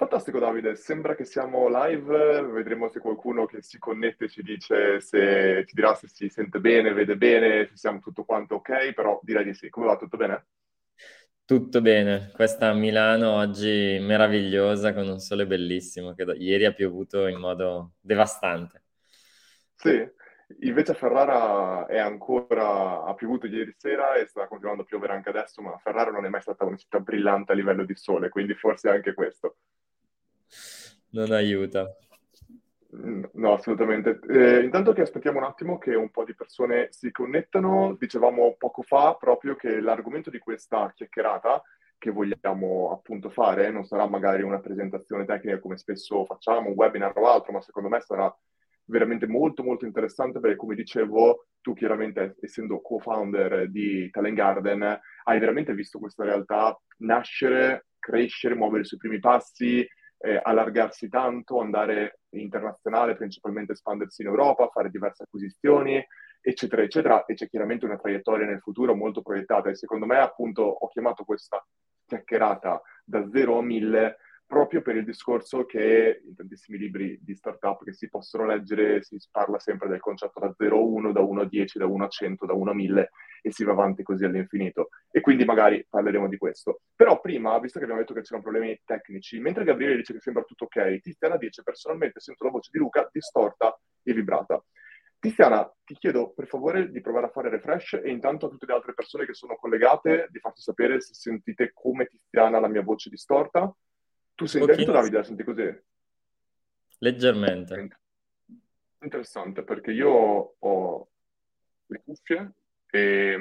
Fantastico Davide, sembra che siamo live, vedremo se qualcuno che si connette ci dice se ci dirà se si sente bene, vede bene, se siamo tutto quanto ok, però direi di sì. Come va? Tutto bene? Tutto bene, questa Milano oggi meravigliosa con un sole bellissimo che ieri ha piovuto in modo devastante. Sì, invece a Ferrara ha piovuto ieri sera e sta continuando a piovere anche adesso, ma Ferrara non è mai stata una città brillante a livello di sole, quindi forse anche questo. Non aiuta. No, assolutamente. Intanto che aspettiamo un attimo che un po' di persone si connettano, dicevamo poco fa proprio che l'argomento di questa chiacchierata che vogliamo appunto fare non sarà magari una presentazione tecnica come spesso facciamo, un webinar o altro, ma secondo me sarà veramente molto molto interessante perché come dicevo, tu chiaramente essendo co-founder di Talent Garden, hai veramente visto questa realtà nascere, crescere, muovere i suoi primi passi, allargarsi tanto, andare internazionale, principalmente espandersi in Europa, fare diverse acquisizioni, eccetera, eccetera. E c'è chiaramente una traiettoria nel futuro molto proiettata. E secondo me, appunto, ho chiamato questa chiacchierata da 0 a 1000 proprio per il discorso che in tantissimi libri di startup che si possono leggere si parla sempre del concetto da 0 a 1, da 1 a 10, da 1 a 100, da 1 a 1000 e si va avanti così all'infinito. E quindi magari parleremo di questo. Però prima, visto che abbiamo detto che c'erano problemi tecnici, mentre Gabriele dice che sembra tutto ok, Tiziana dice personalmente sento la voce di Luca distorta e vibrata. Tiziana, ti chiedo per favore di provare a fare refresh e intanto a tutte le altre persone che sono collegate di farci sapere se sentite come Tiziana la mia voce distorta. Tu Un senti anche tu pochino, Davide, la senti così? leggermente. Interessante perché io ho le cuffie e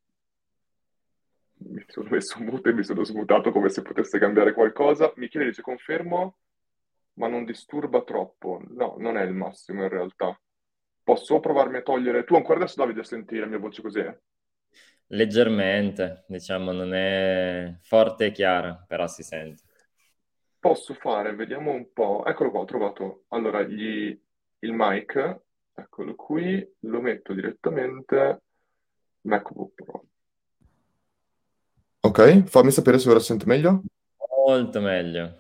mi sono messo mute e mi sono smutato come se potesse cambiare qualcosa. Michele dice confermo, ma non disturba troppo. No, non è il massimo in realtà. Posso provarmi a togliere... Tu ancora adesso Davide senti la mia voce così? Leggermente, diciamo, non è forte e chiara, però si sente. Posso fare, vediamo un po'. Eccolo qua, ho trovato. Allora, il mic, eccolo qui, lo metto direttamente MacBook Pro. Ok, fammi sapere se ora si sente meglio. Molto meglio.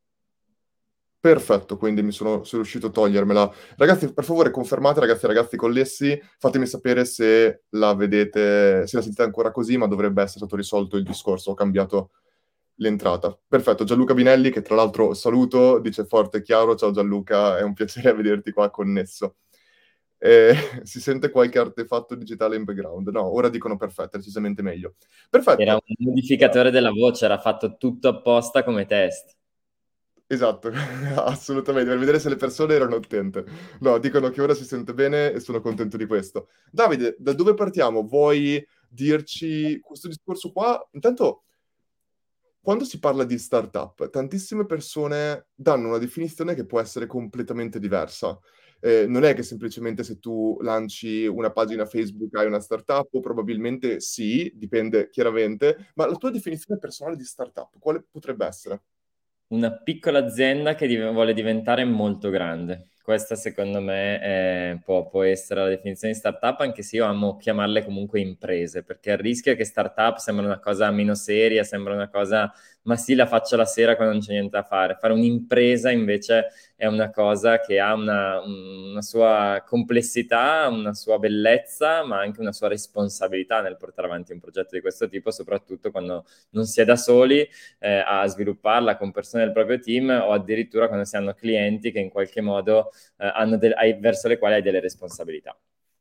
Perfetto, quindi sono riuscito a togliermela. Ragazzi, per favore, confermate, ragazzi e ragazzi connessi, fatemi sapere se la vedete, se la sentite ancora così, ma dovrebbe essere stato risolto il discorso, ho cambiato l'entrata. Perfetto, Gianluca Binelli, che tra l'altro saluto, dice forte e chiaro, ciao Gianluca, è un piacere vederti qua connesso. Eh, si sente qualche artefatto digitale in background? No, ora dicono perfetto, decisamente meglio. Era un Perfetto. modificatore della voce, era fatto tutto apposta come test. Esatto, assolutamente, per vedere se le persone erano attente. No, dicono che ora si sente bene e sono contento di questo. Davide, da dove partiamo? Vuoi dirci questo discorso qua? Intanto, quando si parla di startup, tantissime persone danno una definizione che può essere completamente diversa. Non è che semplicemente se tu lanci una pagina Facebook hai una startup, o probabilmente sì, dipende chiaramente, ma la tua definizione personale di startup, quale potrebbe essere? Una piccola azienda che vuole diventare molto grande. Questa secondo me può essere la definizione di startup, anche se io amo chiamarle comunque imprese, perché il rischio è che startup sembra una cosa meno seria, sembra una cosa, ma sì, la faccio la sera quando non c'è niente da fare. Fare un'impresa invece è una cosa che ha una sua complessità, una sua bellezza, ma anche una sua responsabilità nel portare avanti un progetto di questo tipo, soprattutto quando non si è da soli a svilupparla con persone del proprio team o addirittura quando si hanno clienti che in qualche modo verso le quali hai delle responsabilità.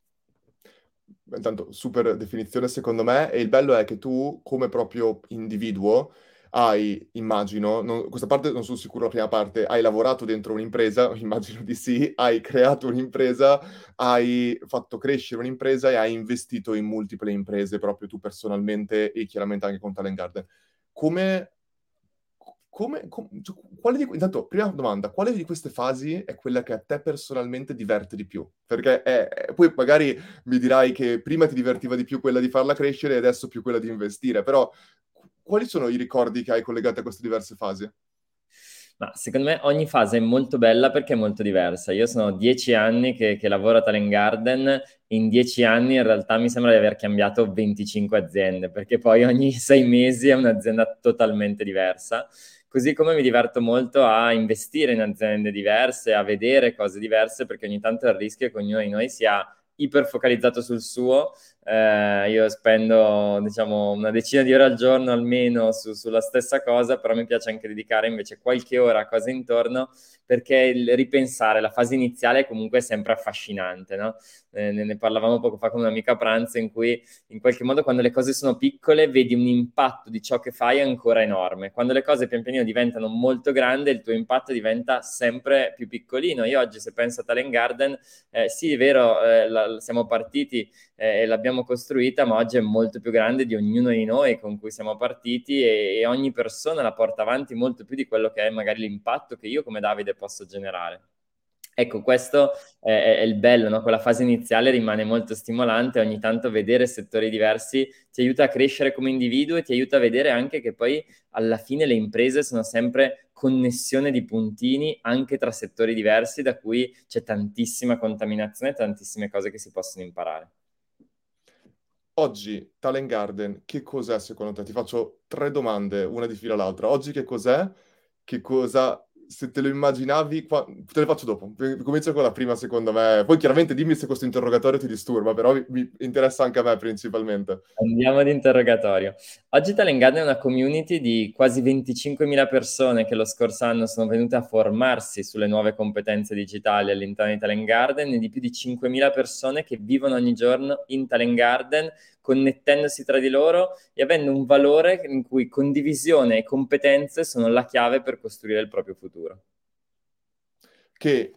Intanto, super definizione secondo me, e il bello è che tu, come proprio individuo, hai, immagino, questa parte non sono sicuro, la prima parte, hai lavorato dentro un'impresa, immagino di sì, hai creato un'impresa, hai fatto crescere un'impresa e hai investito in multiple imprese proprio tu personalmente e chiaramente anche con Talent Garden. Come cioè, intanto, prima domanda, quale di queste fasi è quella che a te personalmente diverte di più? Perché poi magari mi dirai che prima ti divertiva di più quella di farla crescere e adesso più quella di investire, però quali sono i ricordi che hai collegati a queste diverse fasi? Ma secondo me ogni fase è molto bella perché è molto diversa. Io sono 10 anni che lavoro a Talent Garden. In 10 anni in realtà mi sembra di aver cambiato 25 aziende, perché poi ogni 6 mesi è un'azienda totalmente diversa. Così come mi diverto molto a investire in aziende diverse, a vedere cose diverse, perché ogni tanto è il rischio che ognuno di noi sia iperfocalizzato sul suo. Io spendo, diciamo, una decina di ore al giorno almeno sulla stessa cosa, però mi piace anche dedicare invece qualche ora a cose intorno, perché il ripensare la fase iniziale è comunque sempre affascinante, no? Ne parlavamo poco fa con un'amica a pranzo, in cui in qualche modo quando le cose sono piccole vedi un impatto di ciò che fai ancora enorme. Quando le cose pian pianino diventano molto grandi, il tuo impatto diventa sempre più piccolino. Io oggi, se penso a Talent Garden, sì, è vero, siamo partiti e l'abbiamo costruita, ma oggi è molto più grande di ognuno di noi con cui siamo partiti, e ogni persona la porta avanti molto più di quello che è magari l'impatto che io come Davide posso generare. Ecco, questo è il bello, no? Quella fase iniziale rimane molto stimolante, ogni tanto vedere settori diversi ti aiuta a crescere come individuo e ti aiuta a vedere anche che poi alla fine le imprese sono sempre connessione di puntini anche tra settori diversi, da cui c'è tantissima contaminazione e tantissime cose che si possono imparare. Oggi Talent Garden, che cos'è secondo te? Ti faccio tre domande, una di fila all'altra. Oggi che cos'è? Che cosa, se te lo immaginavi, te le faccio dopo. Comincio con la prima, secondo me. Poi chiaramente dimmi se questo interrogatorio ti disturba, però mi interessa anche a me principalmente. Andiamo ad interrogatorio. Oggi Talent Garden è una community di quasi 25.000 persone che lo scorso anno sono venute a formarsi sulle nuove competenze digitali all'interno di Talent Garden, e di più di 5.000 persone che vivono ogni giorno in Talent Garden, connettendosi tra di loro e avendo un valore in cui condivisione e competenze sono la chiave per costruire il proprio futuro. Che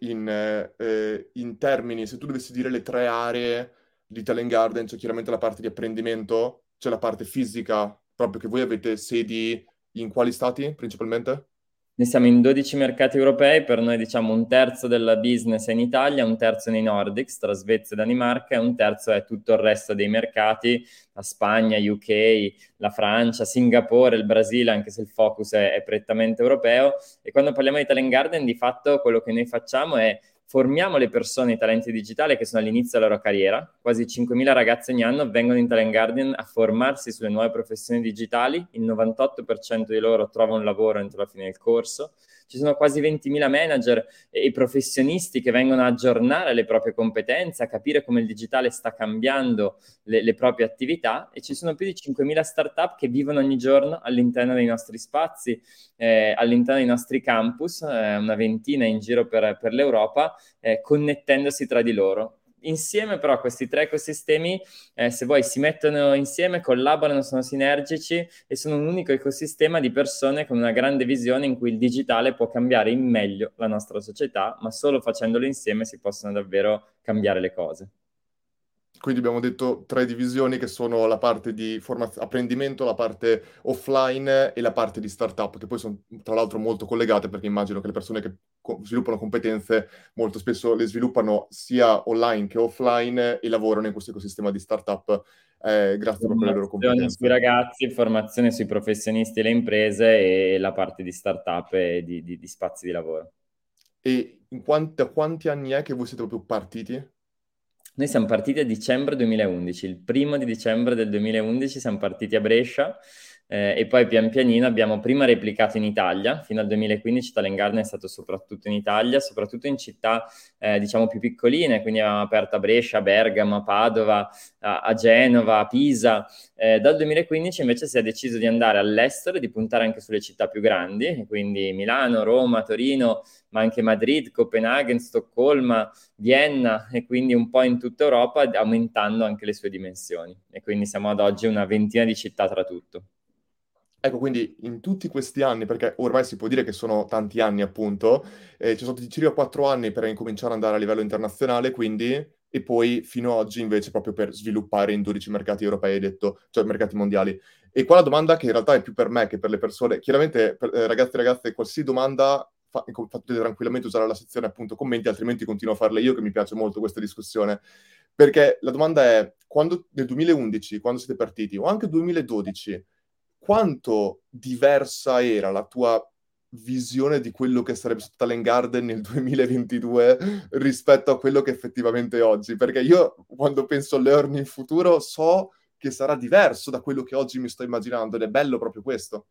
in termini, se tu dovessi dire le tre aree di Talent Garden, c'è chiaramente la parte di apprendimento, c'è la parte fisica, proprio che voi avete sedi in quali stati principalmente? Noi siamo in 12 mercati europei, per noi diciamo un terzo del business è in Italia, un terzo nei Nordics, tra Svezia e Danimarca, e un terzo è tutto il resto dei mercati, la Spagna, UK, la Francia, Singapore, il Brasile, anche se il focus è prettamente europeo. E quando parliamo di Talent Garden, di fatto quello che noi facciamo è formiamo le persone, i talenti digitali che sono all'inizio della loro carriera. Quasi 5.000 ragazzi ogni anno vengono in Talent Garden a formarsi sulle nuove professioni digitali. Il 98% di loro trova un lavoro entro la fine del corso. Ci sono quasi 20.000 manager e professionisti che vengono a aggiornare le proprie competenze, a capire come il digitale sta cambiando le proprie attività, e ci sono più di 5.000 startup che vivono ogni giorno all'interno dei nostri spazi, all'interno dei nostri campus, una ventina in giro per l'Europa, connettendosi tra di loro. Insieme però questi tre ecosistemi, se vuoi, si mettono insieme, collaborano, sono sinergici e sono un unico ecosistema di persone con una grande visione in cui il digitale può cambiare in meglio la nostra società, ma solo facendolo insieme si possono davvero cambiare le cose. Quindi abbiamo detto tre divisioni che sono la parte di apprendimento, la parte offline e la parte di startup, che poi sono tra l'altro molto collegate perché immagino che le persone che sviluppano competenze molto spesso le sviluppano sia online che offline e lavorano in questo ecosistema di startup grazie proprio alle loro Formazione sui competenze. ragazzi, formazione sui professionisti e le imprese, e la parte di startup e di spazi di lavoro. E da quanti anni è che voi siete proprio partiti? Noi siamo partiti a dicembre 2011, il primo di dicembre del 2011 siamo partiti a Brescia, e poi pian pianino abbiamo prima replicato in Italia. Fino al 2015 Talent Garden è stato soprattutto in Italia, soprattutto in città diciamo più piccoline, quindi abbiamo aperto a Brescia, a Bergamo, a Padova, a Genova, a Pisa. Dal 2015 invece si è deciso di andare all'estero e di puntare anche sulle città più grandi, quindi Milano, Roma, Torino, ma anche Madrid, Copenaghen, Stoccolma, Vienna, e quindi un po' in tutta Europa, aumentando anche le sue dimensioni. E quindi siamo ad oggi una ventina di città tra tutto. Ecco, quindi in tutti questi anni, perché ormai si può dire che sono tanti anni appunto, ci sono stati circa 4 anni per incominciare ad andare a livello internazionale, quindi, e poi fino ad oggi invece proprio per sviluppare in 12 mercati europei, hai detto, cioè mercati mondiali. E qua la domanda che in realtà è più per me che per le persone, chiaramente ragazzi e ragazze, qualsiasi domanda potete tranquillamente usare la sezione appunto commenti, altrimenti continuo a farle io che mi piace molto questa discussione. Perché la domanda è, quando nel 2011, quando siete partiti, o anche 2012, quanto diversa era la tua visione di quello che sarebbe stato Talent Garden nel 2022 rispetto a quello che effettivamente è oggi, perché io quando penso a Learn in futuro so che sarà diverso da quello che oggi mi sto immaginando ed è bello proprio questo.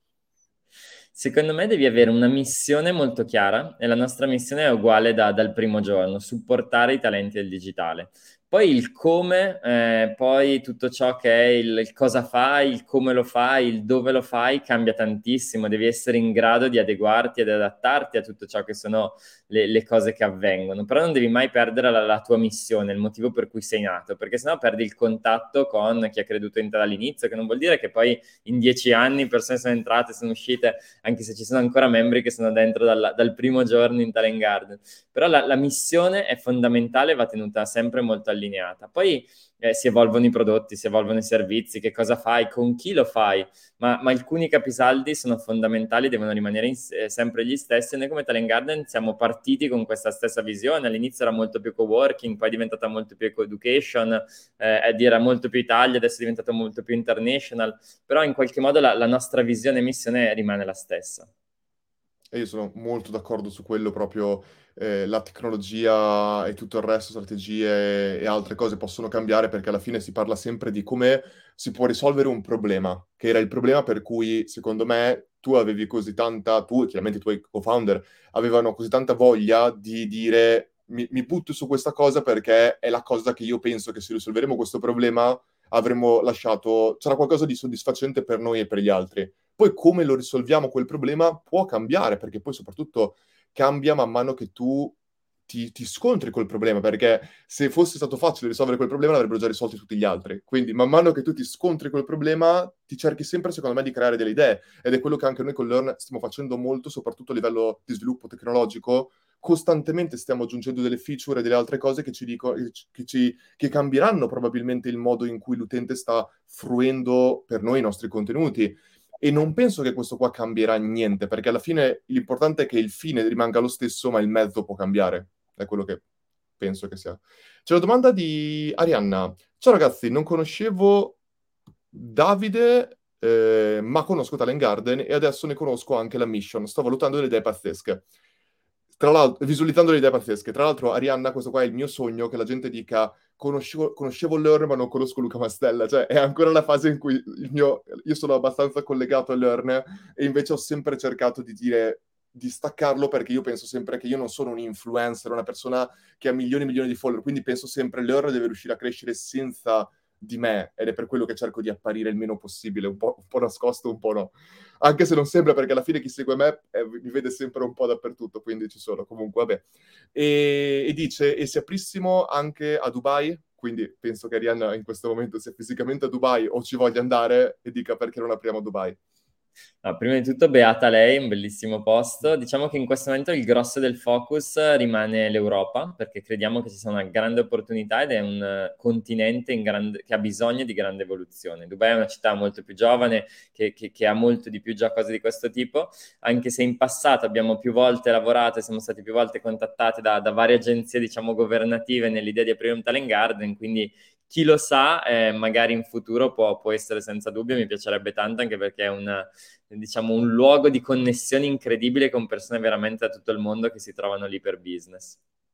Secondo me devi avere una missione molto chiara e la nostra missione è uguale dal primo giorno, supportare i talenti del digitale. Poi il come, poi tutto ciò che è il cosa fai, il come lo fai, il dove lo fai cambia tantissimo. Devi essere in grado di adeguarti ed adattarti a tutto ciò che sono le cose che avvengono. Però non devi mai perdere la tua missione, il motivo per cui sei nato, perché sennò perdi il contatto con chi ha creduto in te dall'inizio, che non vuol dire che poi in 10 anni persone sono entrate, sono uscite, anche se ci sono ancora membri che sono dentro dal primo giorno in Talent Garden. Però la missione è fondamentale, va tenuta sempre molto allineata. Poi si evolvono i prodotti, si evolvono i servizi, che cosa fai, con chi lo fai, ma alcuni capisaldi sono fondamentali, devono rimanere sempre gli stessi. E noi come Talent Garden siamo partiti con questa stessa visione. All'inizio era molto più coworking, poi è diventata molto più eco-education, era molto più Italia, adesso è diventato molto più international, però in qualche modo la nostra visione e missione rimane la stessa. E io sono molto d'accordo su quello, proprio la tecnologia e tutto il resto, strategie e altre cose possono cambiare perché alla fine si parla sempre di come si può risolvere un problema, che era il problema per cui, secondo me, tu avevi così tanta, tu e chiaramente i tuoi co-founder avevano così tanta voglia di dire mi butto su questa cosa perché è la cosa che io penso che se risolveremo questo problema avremo lasciato, sarà qualcosa di soddisfacente per noi e per gli altri. Poi come lo risolviamo quel problema può cambiare, perché poi soprattutto cambia man mano che tu ti scontri col problema, perché se fosse stato facile risolvere quel problema l'avrebbero già risolti tutti gli altri. Quindi man mano che tu ti scontri col problema, ti cerchi sempre, secondo me, di creare delle idee. Ed è quello che anche noi con Learn stiamo facendo molto, soprattutto a livello di sviluppo tecnologico. Costantemente stiamo aggiungendo delle feature e delle altre cose che ci dicono, che cambieranno probabilmente il modo in cui l'utente sta fruendo per noi i nostri contenuti. E non penso che questo qua cambierà niente, perché alla fine l'importante è che il fine rimanga lo stesso, ma il mezzo può cambiare. È quello che penso che sia. C'è la domanda di Arianna. Ciao ragazzi, non conoscevo Davide, ma conosco Talent Garden e adesso ne conosco anche la mission. Sto valutando delle idee pazzesche. Tra l'altro, visualizzando le idee pazzesche. Tra l'altro, Arianna, questo qua è il mio sogno, che la gente dica conoscevo Learn ma non conosco Luca Mastella. Cioè, è ancora la fase in cui io sono abbastanza collegato a Learn e invece ho sempre cercato di dire di staccarlo perché io penso sempre che io non sono un influencer, una persona che ha milioni e milioni di follower, quindi penso sempre Learn deve riuscire a crescere senza di me ed è per quello che cerco di apparire il meno possibile, un po' nascosto, un po' no. Anche se non sembra, perché alla fine chi segue me mi vede sempre un po' dappertutto, quindi ci sono. Comunque, vabbè. E dice, e se aprissimo anche a Dubai? Quindi penso che Arianna in questo momento sia fisicamente a Dubai o ci voglia andare e dica perché non apriamo a Dubai. No, prima di tutto, beata lei, un bellissimo posto. Diciamo che in questo momento il grosso del focus rimane l'Europa, perché crediamo che ci sia una grande opportunità ed è un continente che ha bisogno di grande evoluzione. Dubai è una città molto più giovane, che ha molto di più già cose di questo tipo, anche se in passato abbiamo più volte lavorato e siamo stati più volte contattati da varie agenzie, diciamo, governative nell'idea di aprire un Talent Garden, quindi chi lo sa, magari in futuro può essere senza dubbio, mi piacerebbe tanto anche perché è diciamo, un luogo di connessione incredibile con persone veramente da tutto il mondo che si trovano lì per business.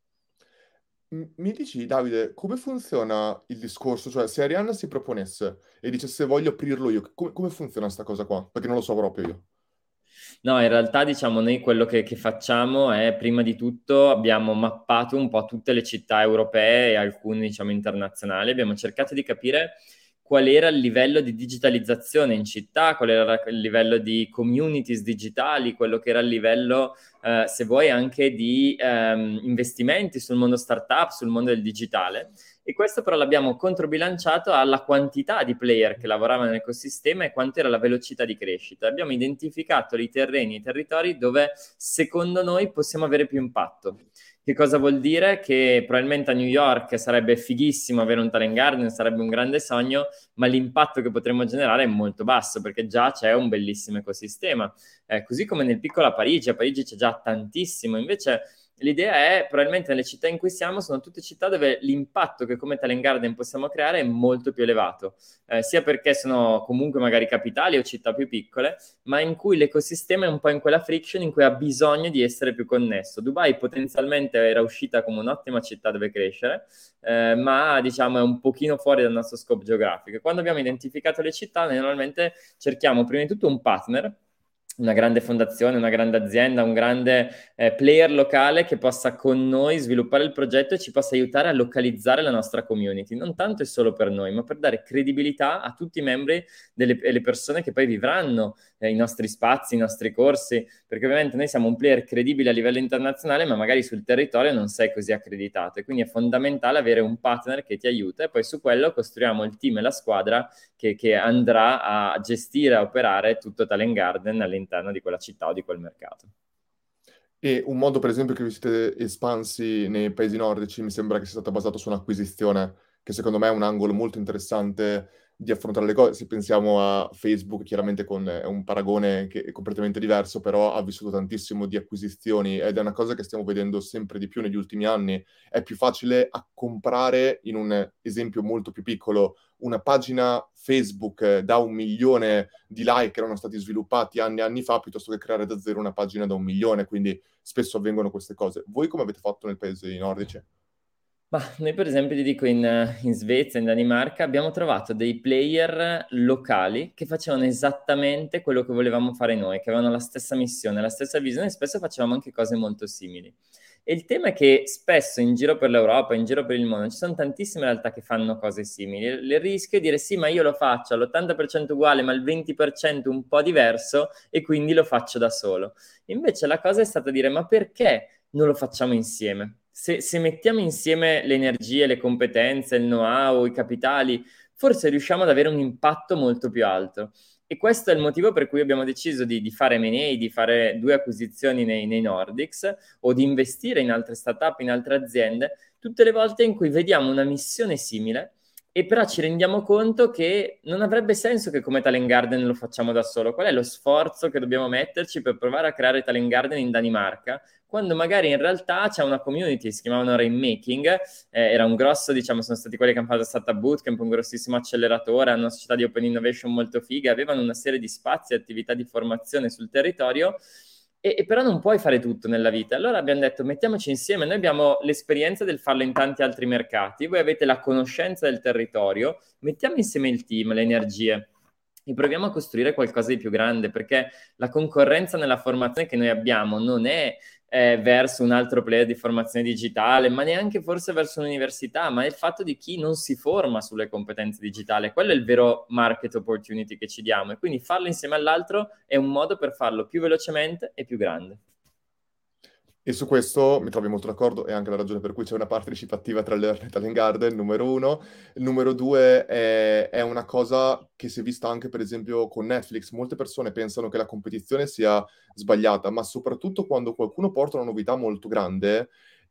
Mi dici, Davide, come funziona il discorso? Cioè, se Arianna si proponesse e dicesse voglio aprirlo io, come funziona sta cosa qua? Perché non lo so proprio io. No, in realtà diciamo noi quello che facciamo è prima di tutto abbiamo mappato un po' tutte le città europee e alcune diciamo internazionali, abbiamo cercato di capire qual era il livello di digitalizzazione in città, qual era il livello di communities digitali, quello che era il livello, se vuoi, anche di investimenti sul mondo startup, sul mondo del digitale. E questo però l'abbiamo controbilanciato alla quantità di player che lavoravano nell'ecosistema e quanto era la velocità di crescita. Abbiamo identificato i terreni, i territori dove secondo noi possiamo avere più impatto. Che cosa vuol dire? Che probabilmente a New York sarebbe fighissimo avere un Talent Garden, sarebbe un grande sogno, ma l'impatto che potremmo generare è molto basso perché già c'è un bellissimo ecosistema. Così come nel piccolo a Parigi c'è già tantissimo. Invece L'idea è, probabilmente nelle città in cui siamo, sono tutte città dove l'impatto che come Talent Garden possiamo creare è molto più elevato, sia perché sono comunque magari capitali o città più piccole, ma in cui l'ecosistema è un po' in quella friction in cui ha bisogno di essere più connesso. Dubai potenzialmente era uscita come un'ottima città dove crescere, ma diciamo è un pochino fuori dal nostro scope geografico. Quando abbiamo identificato le città, noi normalmente cerchiamo prima di tutto un partner, una grande fondazione, una grande azienda, un grande player locale che possa con noi sviluppare il progetto e ci possa aiutare a localizzare la nostra community, non tanto e solo per noi, ma per dare credibilità a tutti i membri e le persone che poi vivranno i nostri spazi, i nostri corsi, perché ovviamente noi siamo un player credibile a livello internazionale, ma magari sul territorio non sei così accreditato e quindi è fondamentale avere un partner che ti aiuta e poi su quello costruiamo il team e la squadra che andrà a gestire, a operare tutto Talent Garden all'interno di quella città o di quel mercato. E un modo, per esempio, che vi siete espansi nei paesi nordici mi sembra che sia stato basato su un'acquisizione, che secondo me è un angolo molto interessante di affrontare le cose. Se pensiamo a Facebook, chiaramente è un paragone che è completamente diverso, però ha vissuto tantissimo di acquisizioni ed è una cosa che stiamo vedendo sempre di più negli ultimi anni. È più facile a comprare, in un esempio molto più piccolo, una pagina Facebook da 1 milione di like che erano stati sviluppati anni e anni fa, piuttosto che creare da zero una pagina da 1 milione, quindi spesso avvengono queste cose. Voi come avete fatto nei paesi nordici? Ma noi per esempio ti dico in Svezia, in Danimarca, abbiamo trovato dei player locali che facevano esattamente quello che volevamo fare noi, che avevano la stessa missione, la stessa visione e spesso facevamo anche cose molto simili. E il tema è che spesso in giro per l'Europa, in giro per il mondo, ci sono tantissime realtà che fanno cose simili. Il rischio è dire sì, ma io lo faccio all'80% uguale, ma il 20% un po' diverso e quindi lo faccio da solo. Invece la cosa è stata dire ma perché non lo facciamo insieme? Se mettiamo insieme le energie, le competenze, il know-how, i capitali, forse riusciamo ad avere un impatto molto più alto. E questo è il motivo per cui abbiamo deciso di fare M&A, di fare 2 acquisizioni nei Nordics o di investire in altre startup, in altre aziende, tutte le volte in cui vediamo una missione simile e però ci rendiamo conto che non avrebbe senso che come Talent Garden lo facciamo da solo. Qual è lo sforzo che dobbiamo metterci per provare a creare Talent Garden in Danimarca? Quando magari in realtà c'è una community, si chiamavano Rainmaking, era un grosso, diciamo, sono stati quelli che hanno fatto Startup Bootcamp, un grossissimo acceleratore, hanno una società di open innovation molto figa, avevano una serie di spazi e attività di formazione sul territorio, e però non puoi fare tutto nella vita. Allora abbiamo detto, mettiamoci insieme, noi abbiamo l'esperienza del farlo in tanti altri mercati, voi avete la conoscenza del territorio, mettiamo insieme il team, le energie e proviamo a costruire qualcosa di più grande, perché la concorrenza nella formazione che noi abbiamo non è verso un altro player di formazione digitale, ma neanche forse verso un'università, ma è il fatto di chi non si forma sulle competenze digitali. Quello è il vero market opportunity che ci diamo e quindi farlo insieme all'altro è un modo per farlo più velocemente e più grande. E su questo mi trovi molto d'accordo, è anche la ragione per cui c'è una partnership attiva tra l'Early Talent Garden, numero uno. Numero due è una cosa che si è vista anche, per esempio, con Netflix. Molte persone pensano che la competizione sia sbagliata, ma soprattutto quando qualcuno porta una novità molto grande,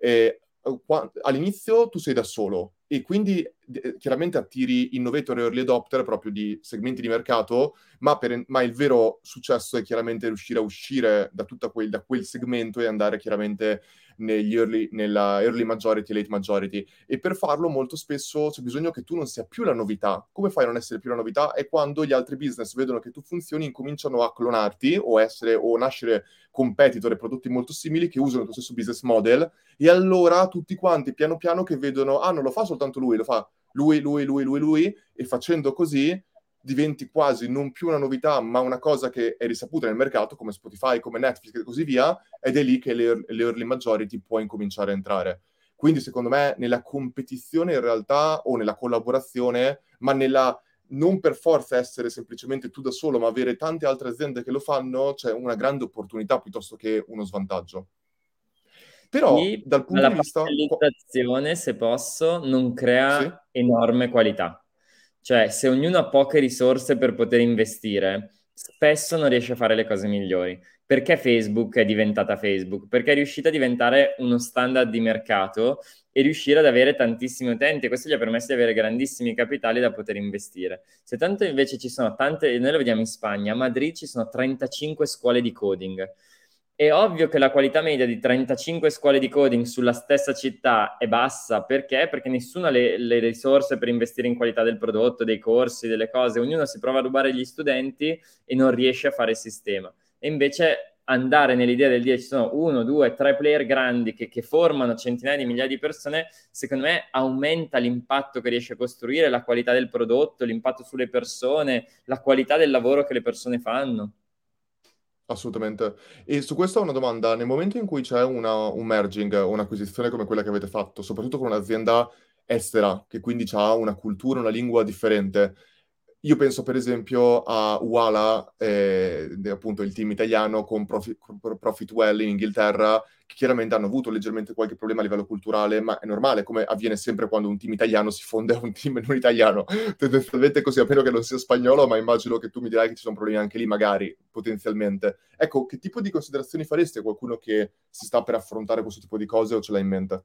all'inizio tu sei da solo e quindi chiaramente attiri innovator e early adopter proprio di segmenti di mercato, ma il vero successo è chiaramente riuscire a uscire da quel segmento e andare chiaramente nella early majority e late majority. E per farlo molto spesso c'è bisogno che tu non sia più la novità. Come fai a non essere più la novità? È quando gli altri business vedono che tu funzioni, incominciano a clonarti o nascere competitor e prodotti molto simili che usano il tuo stesso business model, e allora tutti quanti piano piano che vedono, ah, non lo fa soltanto lui, lo fa lui, e facendo così diventi quasi non più una novità, ma una cosa che è risaputa nel mercato, come Spotify, come Netflix e così via, ed è lì che le early majority può incominciare a entrare. Quindi secondo me nella competizione in realtà, o nella collaborazione, ma nella non per forza essere semplicemente tu da solo, ma avere tante altre aziende che lo fanno, c'è una grande opportunità piuttosto che uno svantaggio. Però Sì, dal ma punto la di vista... parcellizzazione, se posso, non Sì? crea enorme qualità. Cioè, se ognuno ha poche risorse per poter investire, spesso non riesce a fare le cose migliori. Perché Facebook è diventata Facebook? Perché è riuscita a diventare uno standard di mercato e riuscire ad avere tantissimi utenti, e questo gli ha permesso di avere grandissimi capitali da poter investire. Se tanto invece ci sono tante, noi lo vediamo in Spagna, a Madrid ci sono 35 scuole di coding. È ovvio che la qualità media di 35 scuole di coding sulla stessa città è bassa, perché? Perché nessuno ha le risorse per investire in qualità del prodotto, dei corsi, delle cose, ognuno si prova a rubare gli studenti e non riesce a fare il sistema. E invece andare nell'idea del dire ci sono 1, 2, 3 player grandi che formano centinaia di migliaia di persone, secondo me aumenta l'impatto che riesce a costruire, la qualità del prodotto, l'impatto sulle persone, la qualità del lavoro che le persone fanno. Assolutamente. E su questo ho una domanda. Nel momento in cui c'è un merging, un'acquisizione come quella che avete fatto, soprattutto con un'azienda estera, che quindi ha una cultura, una lingua differente, io penso per esempio a Uala, appunto il team italiano con Profitwell in Inghilterra, che chiaramente hanno avuto leggermente qualche problema a livello culturale, ma è normale, come avviene sempre quando un team italiano si fonde a un team non italiano. Tendenzialmente così, a meno che non sia spagnolo, ma immagino che tu mi dirai che ci sono problemi anche lì, magari, potenzialmente. Ecco, che tipo di considerazioni faresti a qualcuno che si sta per affrontare questo tipo di cose o ce l'ha in mente?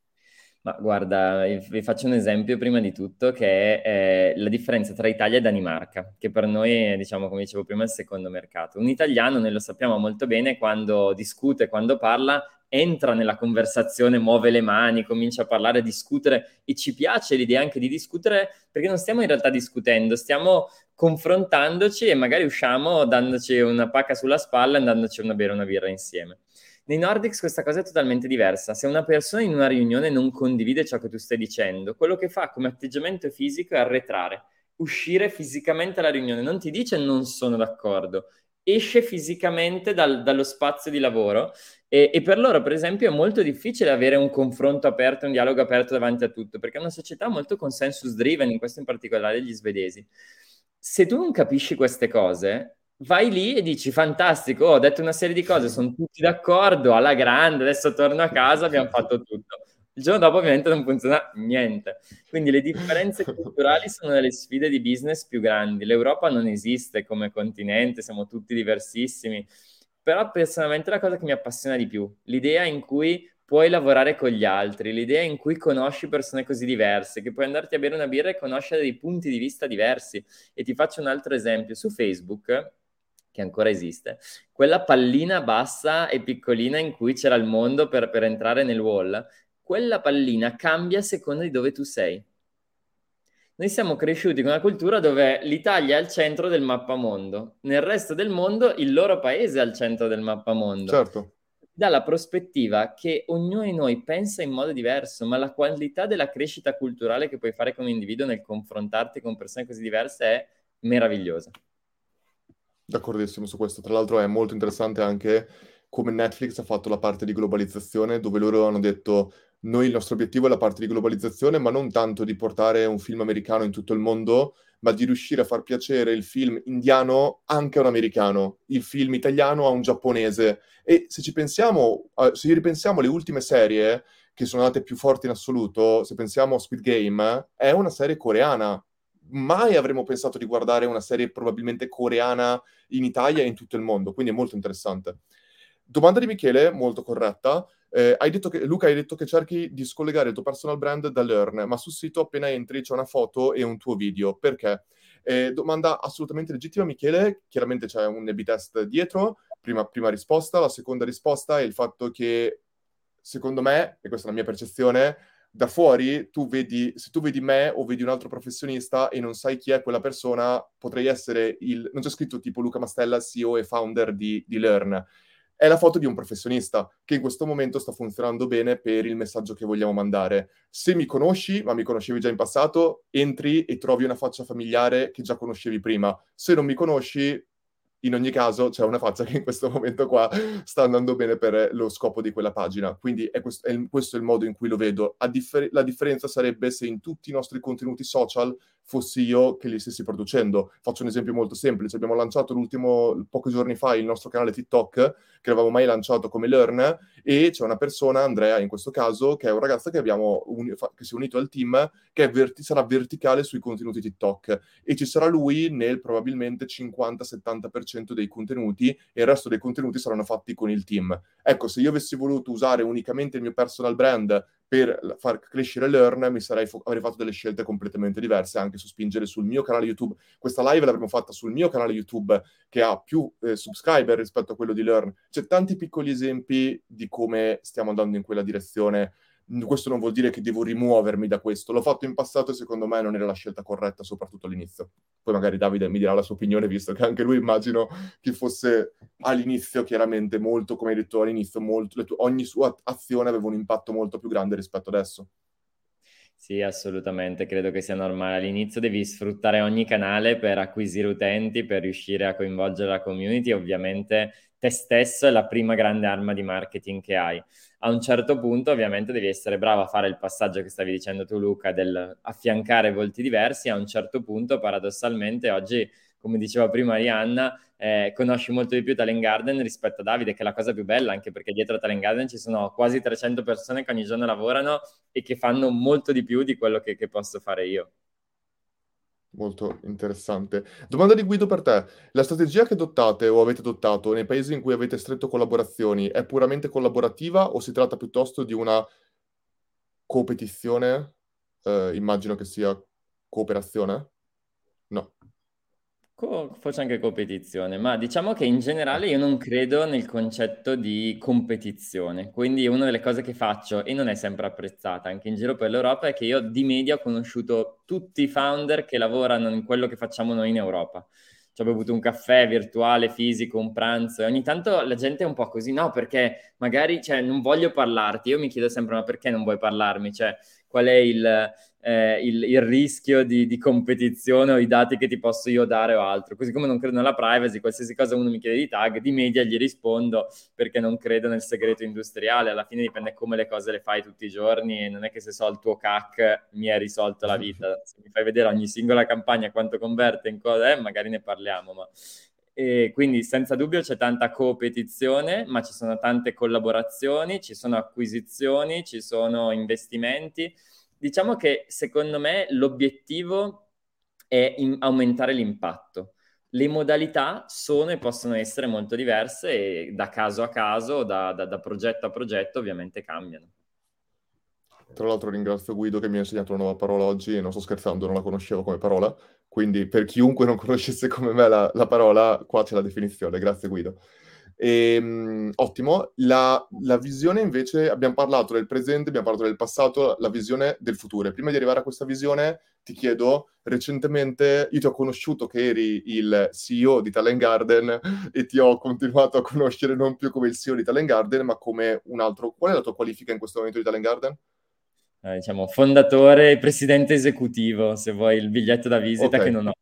Ma guarda, vi faccio un esempio prima di tutto che è la differenza tra Italia e Danimarca, che per noi è, diciamo, come dicevo prima, il secondo mercato. Un italiano, noi lo sappiamo molto bene, quando discute, quando parla, entra nella conversazione, muove le mani, comincia a parlare, a discutere e ci piace l'idea anche di discutere perché non stiamo in realtà discutendo, stiamo confrontandoci e magari usciamo dandoci una pacca sulla spalla e andandoci a bere una birra insieme. Nei Nordics questa cosa è totalmente diversa. Se una persona in una riunione non condivide ciò che tu stai dicendo, quello che fa come atteggiamento fisico è arretrare, uscire fisicamente dalla riunione. Non ti dice non sono d'accordo, esce fisicamente dallo spazio di lavoro e per loro, per esempio, è molto difficile avere un confronto aperto, un dialogo aperto davanti a tutto, perché è una società molto consensus driven, in questo in particolare gli svedesi. Se tu non capisci queste cose, vai lì e dici fantastico, ho detto una serie di cose, sono tutti d'accordo, alla grande, adesso torno a casa, abbiamo fatto tutto. Il giorno dopo ovviamente non funziona niente. Quindi le differenze culturali sono delle sfide di business più grandi. L'Europa non esiste come continente, siamo tutti diversissimi. Però personalmente è la cosa che mi appassiona di più, l'idea in cui puoi lavorare con gli altri, l'idea in cui conosci persone così diverse, che puoi andarti a bere una birra e conoscere dei punti di vista diversi. E ti faccio un altro esempio. Su Facebook, che ancora esiste, quella pallina bassa e piccolina in cui c'era il mondo per entrare nel wall, quella pallina cambia a seconda di dove tu sei. Noi siamo cresciuti con una cultura dove l'Italia è al centro del mappamondo, nel resto del mondo il loro paese è al centro del mappamondo. Certo. Dà la prospettiva che ognuno di noi pensa in modo diverso, ma la qualità della crescita culturale che puoi fare come individuo nel confrontarti con persone così diverse è meravigliosa. D'accordissimo su questo. Tra l'altro è molto interessante anche come Netflix ha fatto la parte di globalizzazione, dove loro hanno detto noi il nostro obiettivo è la parte di globalizzazione, ma non tanto di portare un film americano in tutto il mondo, ma di riuscire a far piacere il film indiano anche a un americano, il film italiano a un giapponese. E se ci pensiamo, se ripensiamo alle ultime serie che sono andate più forti in assoluto, se pensiamo a Squid Game, è una serie coreana. Mai avremmo pensato di guardare una serie probabilmente coreana in Italia e in tutto il mondo, quindi è molto interessante. Domanda di Michele, molto corretta. Luca, hai detto che cerchi di scollegare il tuo personal brand da Learn, ma sul sito appena entri c'è una foto e un tuo video. Perché? Domanda assolutamente legittima, Michele. Chiaramente c'è un A/B test dietro. Prima risposta. La seconda risposta è il fatto che, secondo me, e questa è la mia percezione, da fuori se tu vedi me o vedi un altro professionista e non sai chi è quella persona, potrei essere non c'è scritto tipo Luca Mastella, CEO e founder di Learn. È la foto di un professionista che in questo momento sta funzionando bene per il messaggio che vogliamo mandare. Se mi conosci, ma mi conoscevi già in passato, entri e trovi una faccia familiare che già conoscevi prima. Se non mi conosci, in ogni caso c'è una faccia che in questo momento qua sta andando bene per lo scopo di quella pagina. Quindi questo è il modo in cui lo vedo. La differenza sarebbe se in tutti i nostri contenuti social fossi io che li stessi producendo. Faccio un esempio molto semplice. Abbiamo lanciato pochi giorni fa il nostro canale TikTok, che l'avevamo mai lanciato come Learn, e c'è una persona, Andrea in questo caso, che è un ragazzo che che si è unito al team, che sarà verticale sui contenuti TikTok. E ci sarà lui nel probabilmente 50-70% dei contenuti e il resto dei contenuti saranno fatti con il team. Ecco, se io avessi voluto usare unicamente il mio personal brand per far crescere Learn avrei fatto delle scelte completamente diverse, anche su spingere sul mio canale YouTube. Questa live l'avremmo fatta sul mio canale YouTube, che ha più subscriber rispetto a quello di Learn. C'è tanti piccoli esempi di come stiamo andando in quella direzione. Questo non vuol dire che devo rimuovermi da questo. L'ho fatto in passato e secondo me non era la scelta corretta, soprattutto all'inizio. Poi magari Davide mi dirà la sua opinione, visto che anche lui immagino che fosse all'inizio chiaramente molto, come hai detto all'inizio, ogni sua azione aveva un impatto molto più grande rispetto adesso. Sì, assolutamente, credo che sia normale. All'inizio devi sfruttare ogni canale per acquisire utenti, per riuscire a coinvolgere la community. Ovviamente te stesso è la prima grande arma di marketing che hai. A un certo punto, ovviamente, devi essere bravo a fare il passaggio che stavi dicendo tu, Luca, del affiancare volti diversi. A un certo punto, paradossalmente, oggi, come diceva prima Arianna, conosci molto di più Talent Garden rispetto a Davide, che è la cosa più bella, anche perché dietro a Talent Garden ci sono quasi 300 persone che ogni giorno lavorano e che fanno molto di più di quello che posso fare io. Molto interessante. Domanda di Guido per te. La strategia che adottate o avete adottato nei paesi in cui avete stretto collaborazioni è puramente collaborativa o si tratta piuttosto di una competizione? Immagino che sia cooperazione? No. Forse anche competizione, ma diciamo che in generale io non credo nel concetto di competizione, quindi una delle cose che faccio, e non è sempre apprezzata anche in giro per l'Europa, è che io di media ho conosciuto tutti i founder che lavorano in quello che facciamo noi in Europa. Ci ho bevuto un caffè virtuale, fisico, un pranzo, e ogni tanto la gente è un po' così, no, perché magari, cioè, non voglio parlarti, io mi chiedo sempre, ma perché non vuoi parlarmi? Cioè, qual è il rischio di competizione o i dati che ti posso io dare o altro. Così come non credo nella privacy, qualsiasi cosa uno mi chiede di tag, di media gli rispondo perché non credo nel segreto industriale. Alla fine dipende come le cose le fai tutti i giorni e non è che se so il tuo CAC mi hai risolto la vita. Se mi fai vedere ogni singola campagna quanto converte in cosa è, magari ne parliamo, ma... E quindi senza dubbio c'è tanta competizione, ma ci sono tante collaborazioni, ci sono acquisizioni, ci sono investimenti. Diciamo che secondo me l'obiettivo è aumentare l'impatto. Le modalità sono e possono essere molto diverse e da caso a caso, da progetto a progetto, ovviamente cambiano. Tra l'altro ringrazio Guido che mi ha insegnato una nuova parola oggi e non sto scherzando, non la conoscevo come parola, quindi per chiunque non conoscesse come me la parola, qua c'è la definizione, grazie Guido. Ottimo, la visione invece, abbiamo parlato del presente, abbiamo parlato del passato, la visione del futuro. Prima di arrivare a questa visione ti chiedo, recentemente io ti ho conosciuto che eri il CEO di Talent Garden e ti ho continuato a conoscere non più come il CEO di Talent Garden, ma come un altro. Qual è la tua qualifica in questo momento di Talent Garden? Diciamo fondatore e presidente esecutivo, se vuoi il biglietto da Ok, visita che non ho.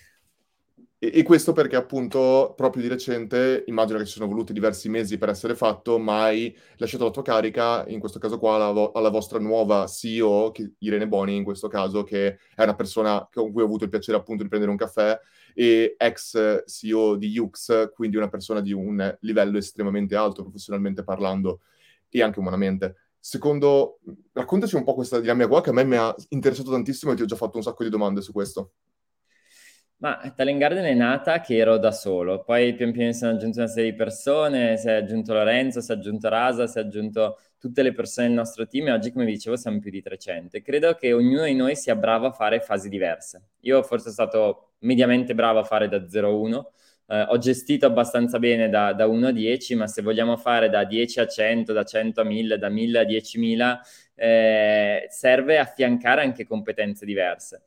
e questo perché appunto proprio di recente, immagino che ci sono voluti diversi mesi per essere fatto, ma hai lasciato la tua carica, in questo caso qua, alla vostra nuova CEO, Irene Boni in questo caso, che è una persona con cui ho avuto il piacere appunto di prendere un caffè, e ex CEO di Yux, quindi una persona di un livello estremamente alto, professionalmente parlando, e anche umanamente. Raccontaci un po' questa dinamica qua che a me mi ha interessato tantissimo e ti ho già fatto un sacco di domande su questo. Ma Talent Garden è nata che ero da solo, poi pian piano si sono aggiunte una serie di persone, si è aggiunto Lorenzo, si è aggiunto Rasa, si è aggiunto tutte le persone del nostro team e oggi, come vi dicevo, siamo più di 300. E credo che ognuno di noi sia bravo a fare fasi diverse. Io forse sono stato mediamente bravo a fare da 0 a 1, ho gestito abbastanza bene da 1 a 10, ma se vogliamo fare da 10 a 100, da 100 a 1000, da 1000 a 10.000, serve affiancare anche competenze diverse.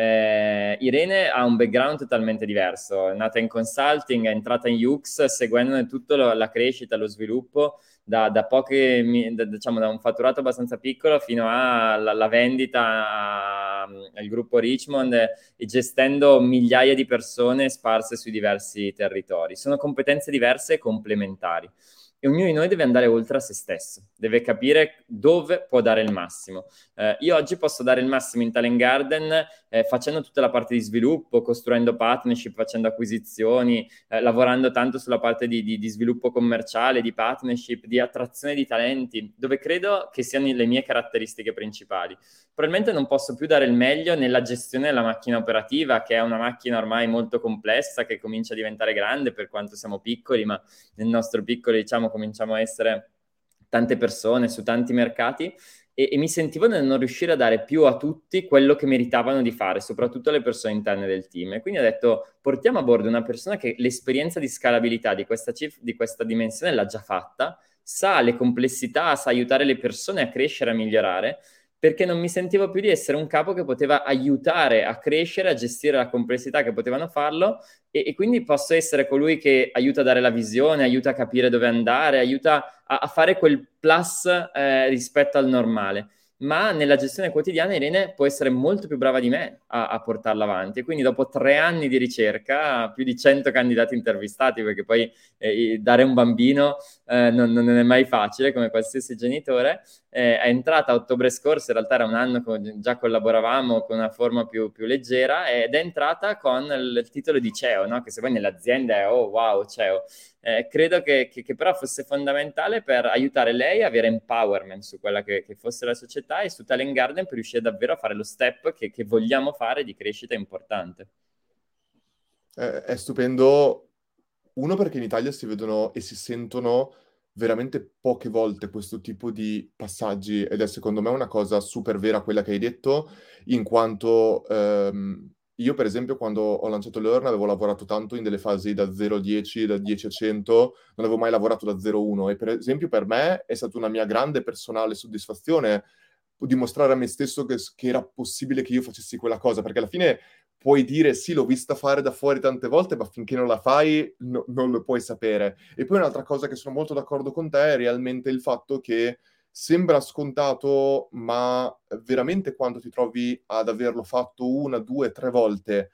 Irene ha un background totalmente diverso, è nata in consulting, è entrata in UX seguendo tutto la crescita, lo sviluppo da poche, diciamo da un fatturato abbastanza piccolo fino alla vendita al gruppo Richmond e gestendo migliaia di persone sparse sui diversi territori. Sono competenze diverse e complementari. E ognuno di noi deve andare oltre a se stesso, deve capire dove può dare il massimo. Io oggi posso dare il massimo in Talent Garden facendo tutta la parte di sviluppo, costruendo partnership, facendo acquisizioni, lavorando tanto sulla parte di sviluppo commerciale, di partnership, di attrazione di talenti, dove credo che siano le mie caratteristiche principali. Probabilmente non posso più dare il meglio nella gestione della macchina operativa, che è una macchina ormai molto complessa, che comincia a diventare grande per quanto siamo piccoli, ma nel nostro piccolo, diciamo, cominciamo a essere tante persone su tanti mercati e mi sentivo nel non riuscire a dare più a tutti quello che meritavano di fare, soprattutto alle persone interne del team. E quindi ho detto, portiamo a bordo una persona che l'esperienza di scalabilità di questa dimensione l'ha già fatta, sa le complessità, sa aiutare le persone a crescere, a migliorare, perché non mi sentivo più di essere un capo che poteva aiutare a crescere, a gestire la complessità che potevano farlo, e quindi posso essere colui che aiuta a dare la visione, aiuta a capire dove andare, aiuta a fare quel plus rispetto al normale. Ma nella gestione quotidiana Irene può essere molto più brava di me a portarla avanti. E quindi dopo 3 anni di ricerca, più di 100 candidati intervistati, perché poi dare un bambino non è mai facile, come qualsiasi genitore, è entrata a ottobre scorso, in realtà era un anno che già collaboravamo con una forma più leggera, ed è entrata con il titolo di CEO, no? Che se poi nell'azienda è oh wow, CEO. Credo che però fosse fondamentale per aiutare lei a avere empowerment su quella che fosse la società e su Talent Garden per riuscire davvero a fare lo step che vogliamo fare di crescita importante. È stupendo, uno perché in Italia si vedono e si sentono veramente poche volte questo tipo di passaggi ed è secondo me una cosa super vera quella che hai detto, in quanto io per esempio quando ho lanciato Learn avevo lavorato tanto in delle fasi da 0 a 10, da 10 a 100, non avevo mai lavorato da 0 a 1 e per esempio per me è stata una mia grande personale soddisfazione dimostrare a me stesso che era possibile che io facessi quella cosa, perché alla fine puoi dire sì, l'ho vista fare da fuori tante volte, ma finché non la fai non lo puoi sapere. E poi un'altra cosa che sono molto d'accordo con te è realmente il fatto che sembra scontato, ma veramente quando ti trovi ad averlo fatto una, due, tre volte,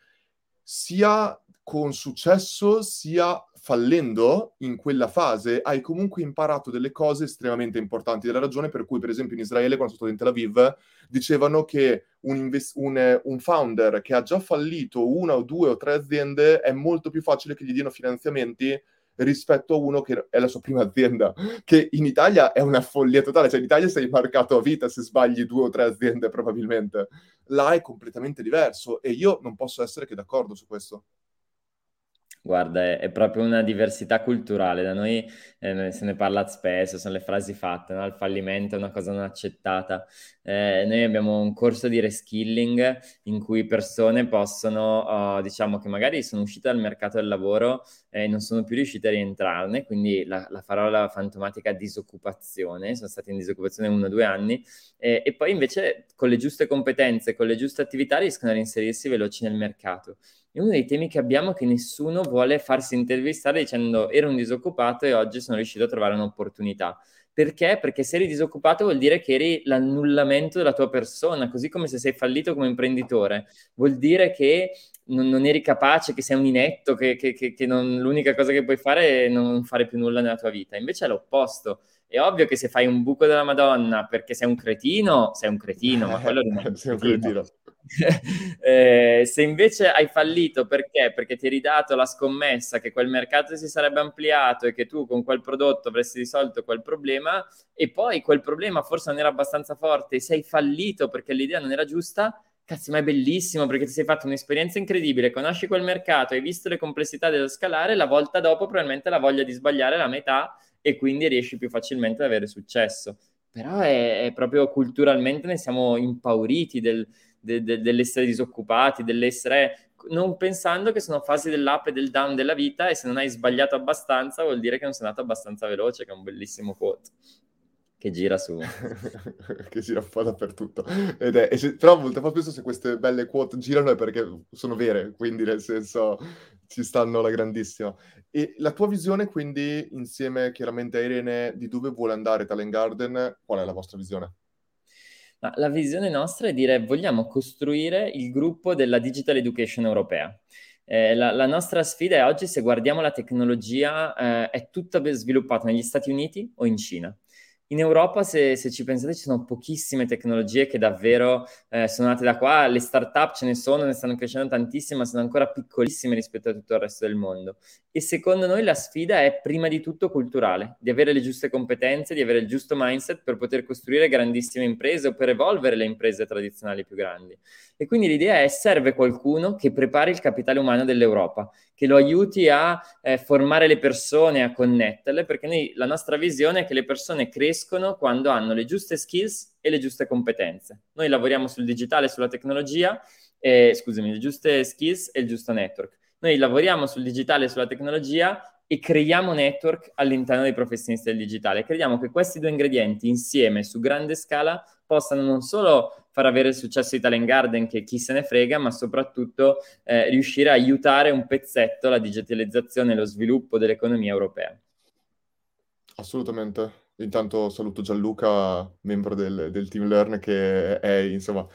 sia con successo sia fallendo in quella fase, hai comunque imparato delle cose estremamente importanti. Della ragione per cui, per esempio, in Israele, quando sono stato in Tel Aviv, dicevano che un founder che ha già fallito una o due o tre aziende è molto più facile che gli diano finanziamenti rispetto a uno che è la sua prima azienda, che in Italia è una follia totale, cioè in Italia sei marcato a vita se sbagli due o tre aziende probabilmente. Là è completamente diverso e io non posso essere che d'accordo su questo. Guarda, è proprio una diversità culturale. Da noi se ne parla spesso, sono le frasi fatte, no? Il fallimento è una cosa non accettata. Noi abbiamo un corso di reskilling in cui persone possono, diciamo che magari sono uscite dal mercato del lavoro e non sono più riuscite a rientrarne, quindi la parola fantomatica disoccupazione, sono stati in disoccupazione 1 o 2 anni, e poi invece con le giuste competenze, con le giuste attività riescono a reinserirsi veloci nel mercato. E uno dei temi che abbiamo è che nessuno vuole farsi intervistare dicendo ero un disoccupato e oggi sono riuscito a trovare un'opportunità. Perché? Perché se eri disoccupato vuol dire che eri l'annullamento della tua persona, così come se sei fallito come imprenditore. Vuol dire che non eri capace, che sei un inetto, che l'unica cosa che puoi fare è non fare più nulla nella tua vita. Invece è l'opposto. È ovvio che se fai un buco della Madonna perché sei un cretino, ma quello rimane un Sei un cretino. cretino. Se invece hai fallito perché? Perché ti eri dato la scommessa che quel mercato si sarebbe ampliato e che tu con quel prodotto avresti risolto quel problema e poi quel problema forse non era abbastanza forte e sei fallito perché l'idea non era giusta, cazzo, ma è bellissimo perché ti sei fatto un'esperienza incredibile, conosci quel mercato, hai visto le complessità dello scalare, la volta dopo probabilmente la voglia di sbagliare la metà e quindi riesci più facilmente ad avere successo. Però è proprio culturalmente ne siamo impauriti dell'essere disoccupati, dell'essere non pensando che sono fasi dell'up e del down della vita e se non hai sbagliato abbastanza vuol dire che non sei andato abbastanza veloce, che è un bellissimo quote che gira su. Che gira un po' dappertutto. Però molto spesso se queste belle quote girano è perché sono vere, quindi nel senso ci stanno alla grandissima. E la tua visione quindi, insieme chiaramente a Irene, di dove vuole andare Talent Garden, qual è la vostra visione? Ma la visione nostra è dire vogliamo costruire il gruppo della digital education europea. La nostra sfida è oggi, se guardiamo la tecnologia, è tutta sviluppata negli Stati Uniti o in Cina. In Europa, se ci pensate, ci sono pochissime tecnologie che davvero sono nate da qua. Le start-up ce ne sono, ne stanno crescendo tantissime, ma sono ancora piccolissime rispetto a tutto il resto del mondo. E secondo noi la sfida è prima di tutto culturale, di avere le giuste competenze, di avere il giusto mindset per poter costruire grandissime imprese o per evolvere le imprese tradizionali più grandi. E quindi l'idea è serve qualcuno che prepari il capitale umano dell'Europa, che lo aiuti a formare le persone, a connetterle, perché la nostra visione è che le persone crescono quando hanno le giuste skills e le giuste competenze. Noi lavoriamo sul digitale, sulla tecnologia, scusami, le giuste skills e il giusto network. Noi lavoriamo sul digitale e sulla tecnologia e creiamo network all'interno dei professionisti del digitale. Crediamo che questi due ingredienti insieme su grande scala possano non solo far avere il successo di Talent Garden, che chi se ne frega, ma soprattutto riuscire a aiutare un pezzetto la digitalizzazione e lo sviluppo dell'economia europea. Assolutamente. Intanto saluto Gianluca, membro del Team Learn, che è, insomma,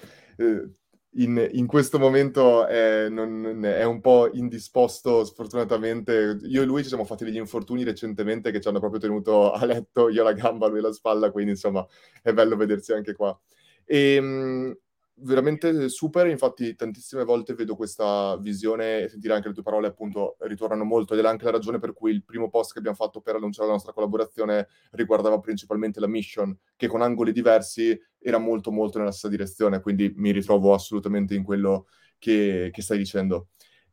in questo momento è un po' indisposto, sfortunatamente. Io e lui ci siamo fatti degli infortuni recentemente che ci hanno proprio tenuto a letto, io la gamba, lui la spalla, quindi insomma è bello vedersi anche qua. E veramente super, infatti tantissime volte vedo questa visione e sentire anche le tue parole appunto ritornano molto ed è anche la ragione per cui il primo post che abbiamo fatto per annunciare la nostra collaborazione riguardava principalmente la mission, che con angoli diversi era molto molto nella stessa direzione, quindi mi ritrovo assolutamente in quello che stai dicendo.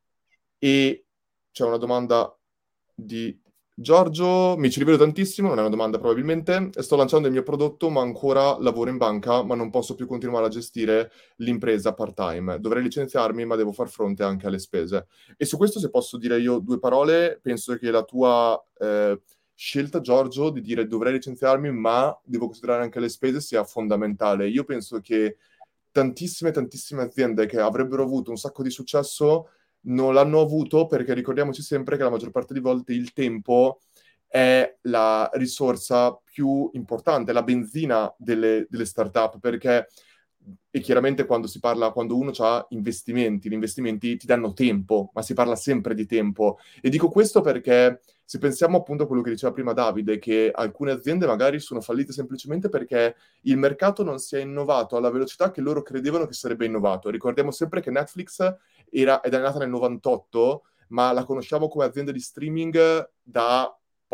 E c'è una domanda di Giorgio, mi ci rivedo tantissimo, non è una domanda probabilmente. Sto lanciando il mio prodotto, ma ancora lavoro in banca, ma non posso più continuare a gestire l'impresa part-time. Dovrei licenziarmi, ma devo far fronte anche alle spese. E su questo, se posso dire io due parole, penso che la tua scelta, Giorgio, di dire dovrei licenziarmi, ma devo considerare anche le spese, sia fondamentale. Io penso che tantissime aziende che avrebbero avuto un sacco di successo non l'hanno avuto perché ricordiamoci sempre che la maggior parte delle volte il tempo è la risorsa più importante, la benzina delle startup, perché e chiaramente quando si parla, quando uno ha investimenti, gli investimenti ti danno tempo, ma si parla sempre di tempo. E dico questo perché se pensiamo appunto a quello che diceva prima Davide, che alcune aziende magari sono fallite semplicemente perché il mercato non si è innovato alla velocità che loro credevano che sarebbe innovato. Ricordiamo sempre che Netflix ed è nata nel 98, ma la conosciamo come azienda di streaming da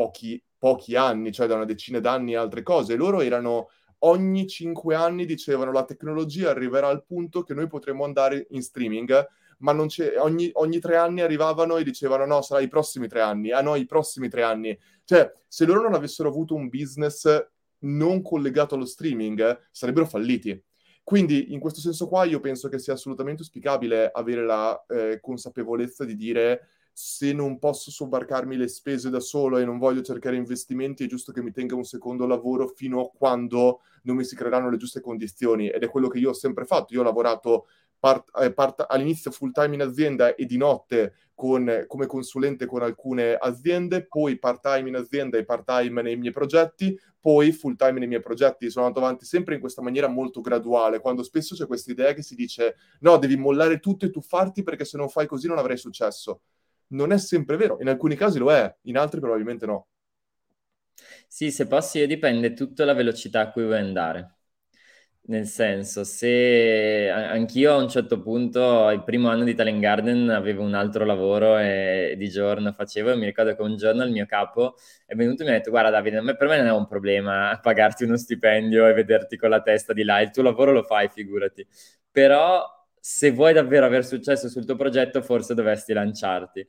pochi anni, cioè da una decina d'anni e altre cose. Loro erano ogni 5 anni dicevano la tecnologia arriverà al punto che noi potremo andare in streaming, ma non c'è, ogni 3 anni arrivavano e dicevano no, sarà i prossimi 3 anni, ah no, i prossimi 3 anni. Cioè, se loro non avessero avuto un business non collegato allo streaming, sarebbero falliti. Quindi, in questo senso qua, io penso che sia assolutamente auspicabile avere la consapevolezza di dire se non posso sobbarcarmi le spese da solo e non voglio cercare investimenti, è giusto che mi tenga un secondo lavoro fino a quando non mi si creeranno le giuste condizioni. Ed è quello che io ho sempre fatto. Io ho lavorato all'inizio full time in azienda e di notte come consulente con alcune aziende, poi part time in azienda e part time nei miei progetti, poi full time nei miei progetti. Sono andato avanti sempre in questa maniera molto graduale, quando spesso c'è questa idea che si dice no, devi mollare tutto e tuffarti perché se non fai così non avrai successo. Non è sempre vero, in alcuni casi lo è, in altri probabilmente no. Sì, se posso io dipende tutto dalla velocità a cui vuoi andare. Nel senso, se anch'io a un certo punto, il primo anno di Talent Garden, avevo un altro lavoro e di giorno facevo e mi ricordo che un giorno il mio capo è venuto e mi ha detto guarda Davide, per me non è un problema pagarti uno stipendio e vederti con la testa di là, il tuo lavoro lo fai, figurati. Però se vuoi davvero avere successo sul tuo progetto, forse dovresti lanciarti.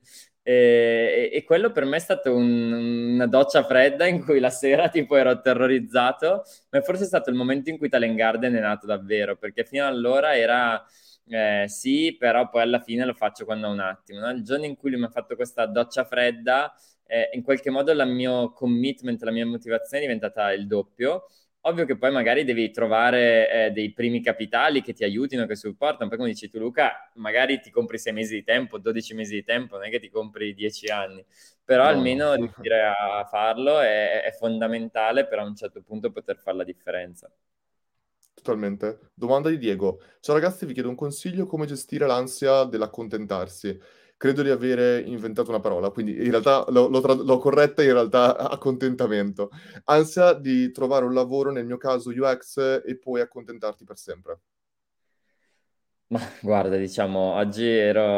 E quello per me è stata una doccia fredda in cui la sera tipo ero terrorizzato, ma forse è stato il momento in cui Talent Garden è nato davvero, perché fino ad allora era sì, però poi alla fine lo faccio quando ho un attimo, no? Il giorno in cui lui mi ha fatto questa doccia fredda, in qualche modo il mio commitment, la mia motivazione è diventata il doppio. Ovvio che poi magari devi trovare dei primi capitali che ti aiutino, che supportano. Poi come dici tu Luca, magari ti compri 6 mesi di tempo, 12 mesi di tempo, non è che ti compri 10 anni. Però No, no. almeno riuscire a farlo è fondamentale per a un certo punto poter fare la differenza. Totalmente. Domanda di Diego. Ciao ragazzi, vi chiedo un consiglio come gestire l'ansia dell'accontentarsi. Credo di avere inventato una parola, quindi in realtà l'ho corretta in realtà accontentamento. Ansia di trovare un lavoro, nel mio caso UX, e poi accontentarti per sempre. Ma guarda, diciamo, oggi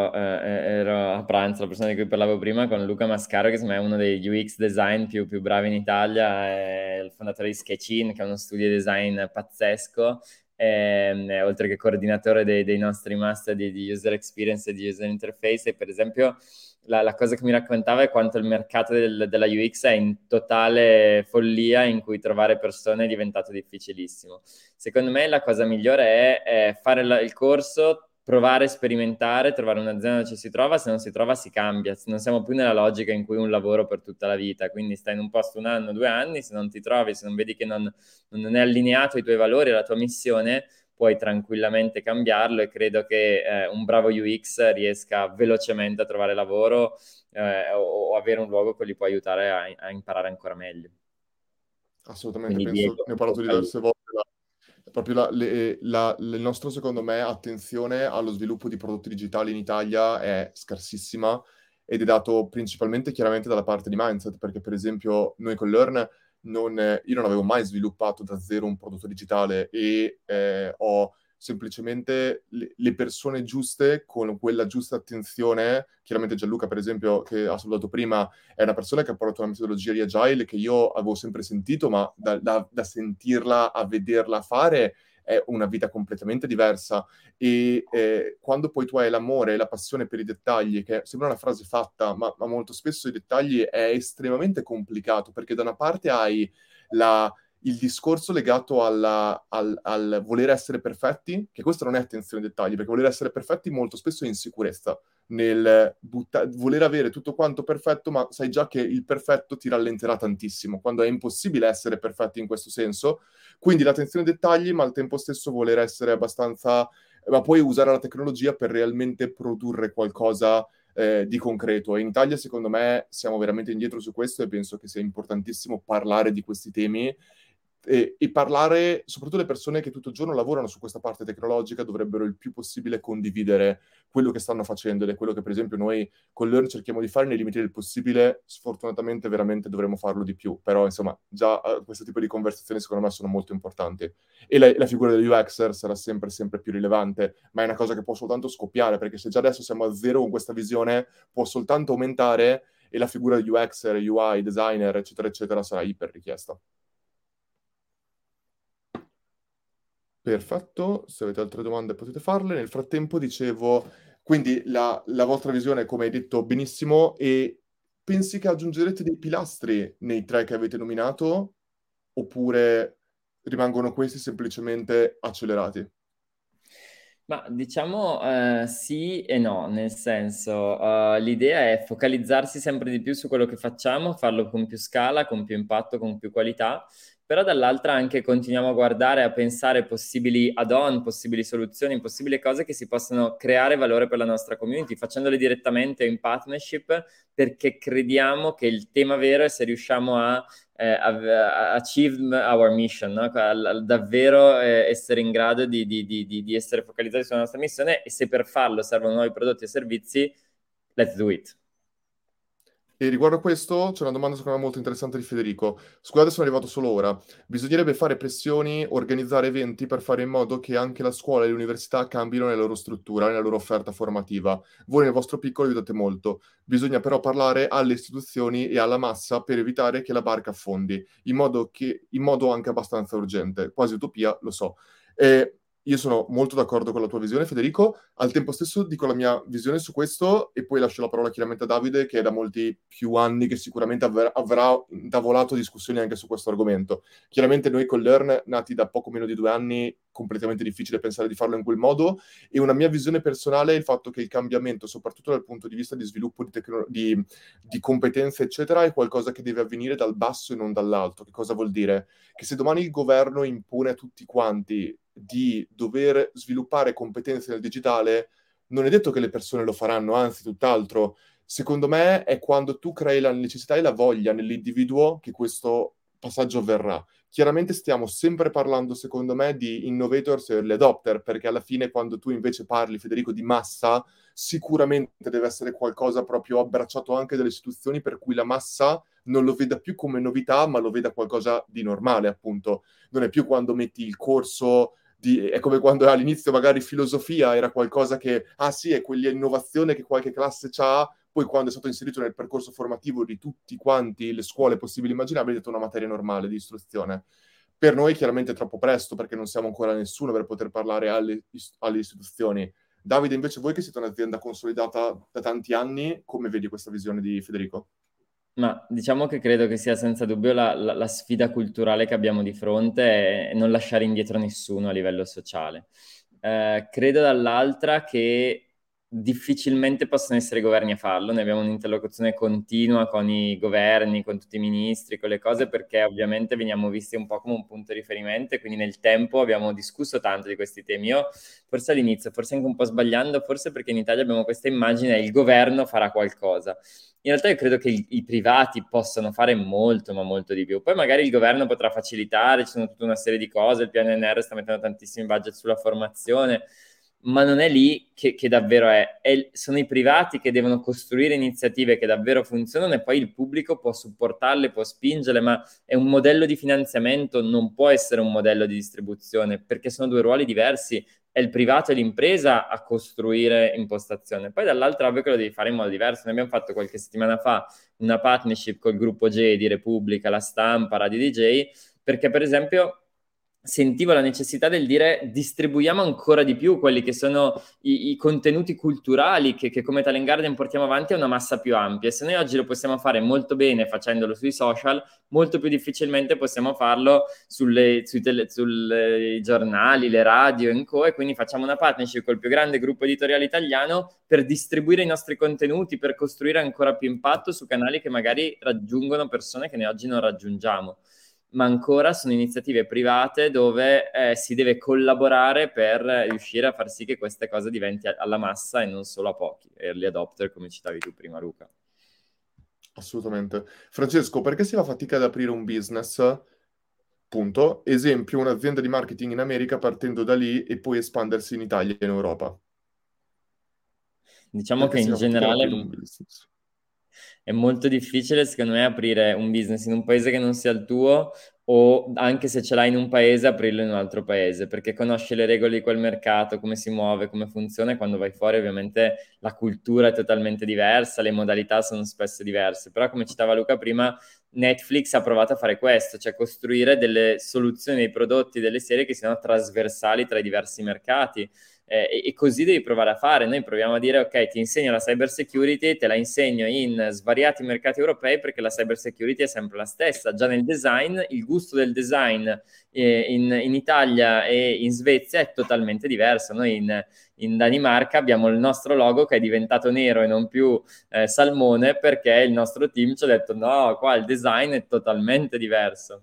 ero a pranzo, la persona di cui parlavo prima, con Luca Mascaro, che secondo me è uno degli UX design più bravi in Italia, è il fondatore di Sketchin, che è uno studio di design pazzesco, oltre che coordinatore dei nostri master di user experience e di user interface, e per esempio la cosa che mi raccontava è quanto il mercato della UX è in totale follia, in cui trovare persone è diventato difficilissimo. Secondo me la cosa migliore è fare il corso, provare, sperimentare, trovare un'azienda dove ci si trova, se non si trova si cambia, non siamo più nella logica in cui un lavoro per tutta la vita, quindi stai in un posto 1 anno, 2 anni, se non ti trovi, se non vedi che non è allineato ai tuoi valori, alla tua missione, puoi tranquillamente cambiarlo, e credo che un bravo UX riesca velocemente a trovare lavoro o avere un luogo che gli può aiutare a imparare ancora meglio. Assolutamente, Quindi penso, Diego, ne ho parlato diverse volte, proprio il nostro, secondo me, attenzione allo sviluppo di prodotti digitali in Italia è scarsissima, ed è dato principalmente chiaramente dalla parte di mindset, perché per esempio noi con Learn io non avevo mai sviluppato da zero un prodotto digitale, e ho semplicemente le persone giuste con quella giusta attenzione. Chiaramente Gianluca, per esempio, che ha salutato prima, è una persona che ha portato una metodologia di Agile che io avevo sempre sentito, ma da sentirla a vederla fare è una vita completamente diversa. E quando poi tu hai l'amore e la passione per i dettagli, che sembra una frase fatta, ma molto spesso i dettagli è estremamente complicato, perché da una parte hai il discorso legato al voler essere perfetti, che questo non è attenzione ai dettagli, perché voler essere perfetti molto spesso è insicurezza nel voler avere tutto quanto perfetto, ma sai già che il perfetto ti rallenterà tantissimo, quando è impossibile essere perfetti in questo senso. Quindi l'attenzione ai dettagli, ma al tempo stesso voler essere abbastanza, ma poi usare la tecnologia per realmente produrre qualcosa di concreto. E in Italia, secondo me, siamo veramente indietro su questo, e penso che sia importantissimo parlare di questi temi, e parlare, soprattutto le persone che tutto il giorno lavorano su questa parte tecnologica, dovrebbero il più possibile condividere quello che stanno facendo, ed è quello che per esempio noi con Learn cerchiamo di fare nei limiti del possibile. Sfortunatamente veramente dovremmo farlo di più, però insomma già questo tipo di conversazioni secondo me sono molto importanti, e la figura dell'UXer sarà sempre sempre più rilevante, ma è una cosa che può soltanto scoppiare, perché se già adesso siamo a zero con questa visione, può soltanto aumentare, e la figura di UXer, UI, designer, eccetera eccetera sarà iper richiesta. Perfetto, se avete altre domande potete farle. Nel frattempo dicevo, quindi la vostra visione, come hai detto benissimo, e pensi che aggiungerete dei pilastri nei 3 che avete nominato, oppure rimangono questi semplicemente accelerati? Ma diciamo sì e no, nel senso l'idea è focalizzarsi sempre di più su quello che facciamo, farlo con più scala, con più impatto, con più qualità, però dall'altra anche continuiamo a guardare, a pensare possibili add-on, possibili soluzioni, possibili cose che si possono creare valore per la nostra community, facendole direttamente in partnership, perché crediamo che il tema vero è se riusciamo a achieve our mission, no? Davvero essere in grado di essere focalizzati sulla nostra missione, e se per farlo servono nuovi prodotti e servizi, let's do it. E riguardo a questo c'è una domanda secondo me molto interessante di Federico. Scusate, sono arrivato solo ora. Bisognerebbe fare pressioni, organizzare eventi per fare in modo che anche la scuola e l'università cambino nella loro struttura, nella loro offerta formativa. Voi nel vostro piccolo aiutate molto. Bisogna però parlare alle istituzioni e alla massa per evitare che la barca affondi, in modo anche abbastanza urgente. Quasi utopia, lo so. E io sono molto d'accordo con la tua visione, Federico. Al tempo stesso dico la mia visione su questo, e poi lascio la parola chiaramente a Davide, che è da molti più anni che sicuramente avrà intavolato discussioni anche su questo argomento. Chiaramente noi con Learn, nati da poco meno di 2 anni, completamente difficile pensare di farlo in quel modo, e una mia visione personale è il fatto che il cambiamento, soprattutto dal punto di vista di sviluppo di competenze, eccetera, è qualcosa che deve avvenire dal basso e non dall'alto. Che cosa vuol dire? Che se domani il governo impone a tutti quanti di dover sviluppare competenze nel digitale, non è detto che le persone lo faranno, anzi, tutt'altro. Secondo me è quando tu crei la necessità e la voglia nell'individuo che questo passaggio avverrà. Chiaramente stiamo sempre parlando, secondo me, di innovators e early adopter, perché alla fine quando tu invece parli, Federico, di massa, sicuramente deve essere qualcosa proprio abbracciato anche dalle istituzioni, per cui la massa non lo veda più come novità, ma lo veda qualcosa di normale, appunto. Non è più quando metti il corso è come quando all'inizio magari filosofia era qualcosa che, ah sì, è quell'innovazione che qualche classe c'ha, poi quando è stato inserito nel percorso formativo di tutti quanti le scuole possibili e immaginabili è diventata una materia normale di istruzione. Per noi chiaramente è troppo presto perché non siamo ancora nessuno per poter parlare alle istituzioni. Davide, invece voi che siete un'azienda consolidata da tanti anni, come vedi questa visione di Federico? Ma diciamo che credo che sia senza dubbio la sfida culturale che abbiamo di fronte e non lasciare indietro nessuno a livello sociale. Credo dall'altra che difficilmente possono essere i governi a farlo, ne abbiamo un'interlocuzione continua con i governi, con tutti i ministri, con le cose, perché ovviamente veniamo visti un po' come un punto di riferimento e quindi nel tempo abbiamo discusso tanto di questi temi. Io forse all'inizio, forse anche un po' sbagliando, forse perché in Italia abbiamo questa immagine, il governo farà qualcosa. In realtà io credo che i privati possano fare molto, ma molto di più. Poi magari il governo potrà facilitare, ci sono tutta una serie di cose, il PNRR sta mettendo tantissimi budget sulla formazione, ma non è lì che davvero sono i privati che devono costruire iniziative che davvero funzionano e poi il pubblico può supportarle, può spingerle, ma è un modello di finanziamento, non può essere un modello di distribuzione, perché sono due ruoli diversi, è il privato e l'impresa a costruire impostazione. Poi dall'altra ovvio che lo devi fare in modo diverso. Noi abbiamo fatto qualche settimana fa una partnership col gruppo J di Repubblica, La Stampa, Radio DJ, perché per esempio sentivo la necessità del dire distribuiamo ancora di più quelli che sono i contenuti culturali che come Talent Garden portiamo avanti a una massa più ampia. E se noi oggi lo possiamo fare molto bene facendolo sui social, molto più difficilmente possiamo farlo sui giornali, le radio e co. E quindi facciamo una partnership col più grande gruppo editoriale italiano per distribuire i nostri contenuti, per costruire ancora più impatto su canali che magari raggiungono persone che noi oggi non raggiungiamo. Ma ancora sono iniziative private dove si deve collaborare per riuscire a far sì che queste cose diventi alla massa e non solo a pochi, early adopter, come citavi tu prima, Luca. Assolutamente. Francesco, perché si fa fatica ad aprire un business? Punto. Esempio, un'azienda di marketing in America partendo da lì e poi espandersi in Italia e in Europa. Diciamo Perché che si in fa fatica ad generale aprire un business? è molto difficile, secondo me, aprire un business in un paese che non sia il tuo o anche se ce l'hai in un paese, aprirlo in un altro paese, perché conosci le regole di quel mercato, come si muove, come funziona e quando vai fuori ovviamente la cultura è totalmente diversa, le modalità sono spesso diverse, però come citava Luca prima, Netflix ha provato a fare questo, cioè costruire delle soluzioni, dei prodotti, delle serie che siano trasversali tra i diversi mercati. E così devi provare a fare. Noi proviamo a dire, ok, ti insegno la cyber security, te la insegno in svariati mercati europei perché la cyber security è sempre la stessa. Già nel design, il gusto del design in Italia e in Svezia è totalmente diverso. Noi in Danimarca abbiamo il nostro logo che è diventato nero e non più salmone perché il nostro team ci ha detto no, qua il design è totalmente diverso.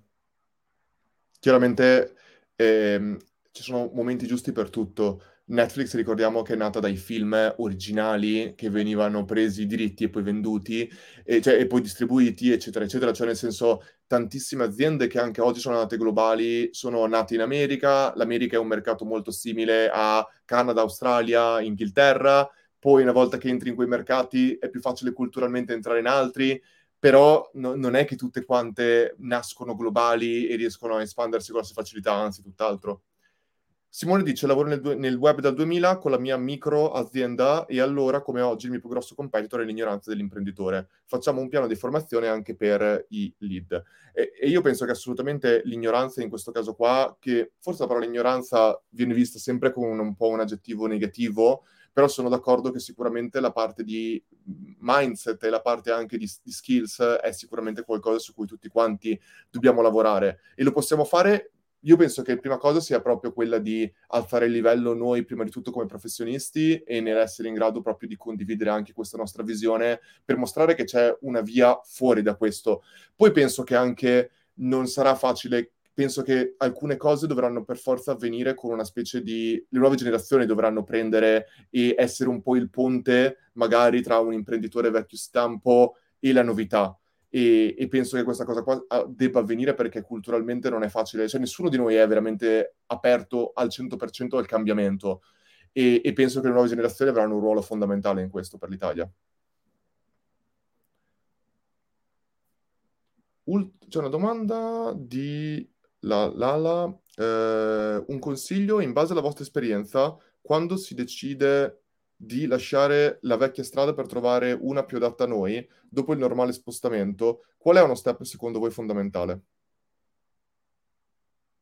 Chiaramente ci sono momenti giusti per tutto. Netflix, ricordiamo che è nata dai film originali che venivano presi i diritti e poi venduti, e poi distribuiti, eccetera, eccetera. Cioè, nel senso, tantissime aziende che anche oggi sono nate globali sono nate in America. L'America è un mercato molto simile a Canada, Australia, Inghilterra. Poi, una volta che entri in quei mercati, è più facile culturalmente entrare in altri, però non è che tutte quante nascono globali e riescono a espandersi con la stessa facilità, anzi tutt'altro. Simone dice, lavoro nel web dal 2000 con la mia micro azienda e allora, come oggi, il mio più grosso competitor è l'ignoranza dell'imprenditore. Facciamo un piano di formazione anche per i lead. E io penso che assolutamente l'ignoranza in questo caso qua, che forse la parola ignoranza viene vista sempre come un po' un aggettivo negativo, però sono d'accordo che sicuramente la parte di mindset e la parte anche di skills è sicuramente qualcosa su cui tutti quanti dobbiamo lavorare. E lo possiamo fare. Io penso che la prima cosa sia proprio quella di alzare il livello noi, prima di tutto come professionisti, e nell'essere in grado proprio di condividere anche questa nostra visione per mostrare che c'è una via fuori da questo. Poi penso che anche non sarà facile, penso che alcune cose dovranno per forza avvenire con una specie di... Le nuove generazioni dovranno prendere e essere un po' il ponte, magari tra un imprenditore vecchio stampo e la novità. E penso che questa cosa qua debba avvenire perché culturalmente non è facile, cioè nessuno di noi è veramente aperto al 100% al cambiamento e penso che le nuove generazioni avranno un ruolo fondamentale in questo per l'Italia. C'è una domanda di Lala. Un consiglio in base alla vostra esperienza, quando si decide di lasciare la vecchia strada per trovare una più adatta a noi, dopo il normale spostamento, qual è uno step secondo voi fondamentale?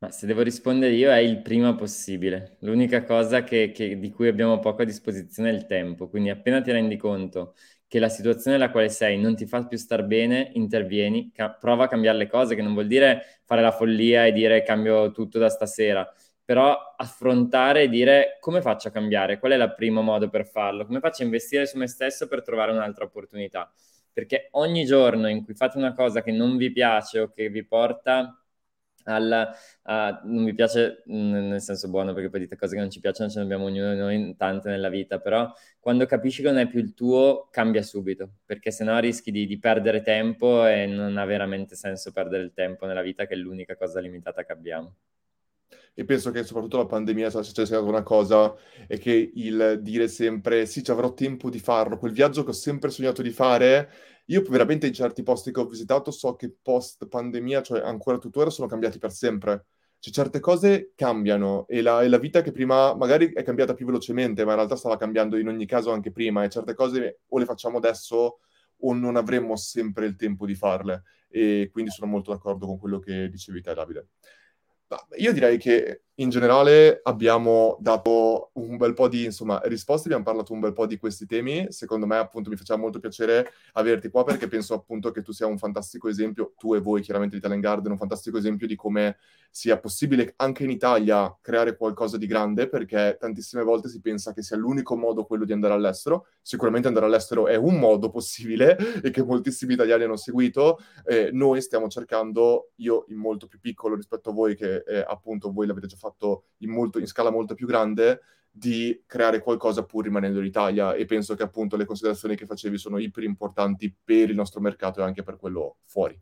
Ma se devo rispondere io è il prima possibile. L'unica cosa di cui abbiamo poco a disposizione è il tempo. Quindi appena ti rendi conto che la situazione nella quale sei non ti fa più star bene, intervieni, prova a cambiare le cose, che non vuol dire fare la follia e dire cambio tutto da stasera, però affrontare e dire come faccio a cambiare, qual è il primo modo per farlo, come faccio a investire su me stesso per trovare un'altra opportunità. Perché ogni giorno in cui fate una cosa che non vi piace o che vi porta non mi piace nel senso buono, perché poi dite cose che non ci piacciono, ce ne abbiamo ognuno di noi tante nella vita, però quando capisci che non è più il tuo, cambia subito, perché sennò rischi di perdere tempo e non ha veramente senso perdere il tempo nella vita, che è l'unica cosa limitata che abbiamo. E penso che soprattutto la pandemia se c'è stata una cosa è che il dire sempre sì, ci avrò tempo di farlo, quel viaggio che ho sempre sognato di fare, io veramente in certi posti che ho visitato so che post pandemia, cioè ancora tuttora, sono cambiati per sempre. Cioè, certe cose cambiano e la vita che prima magari è cambiata più velocemente, ma in realtà stava cambiando in ogni caso anche prima e certe cose o le facciamo adesso o non avremmo sempre il tempo di farle. E quindi sono molto d'accordo con quello che dicevi te, Davide. Ma io direi che in generale abbiamo dato un bel po' di, insomma, risposte, abbiamo parlato un bel po' di questi temi. Secondo me, appunto, mi faceva molto piacere averti qua perché penso appunto che tu sia un fantastico esempio, tu e voi chiaramente di Talent Garden, un fantastico esempio di come sia possibile anche in Italia creare qualcosa di grande, perché tantissime volte si pensa che sia l'unico modo quello di andare all'estero. Sicuramente andare all'estero è un modo possibile e che moltissimi italiani hanno seguito. Noi stiamo cercando, io in molto più piccolo rispetto a voi, che appunto voi l'avete già fatto in scala molto più grande, di creare qualcosa pur rimanendo in Italia e penso che appunto le considerazioni che facevi sono iper importanti per il nostro mercato e anche per quello fuori.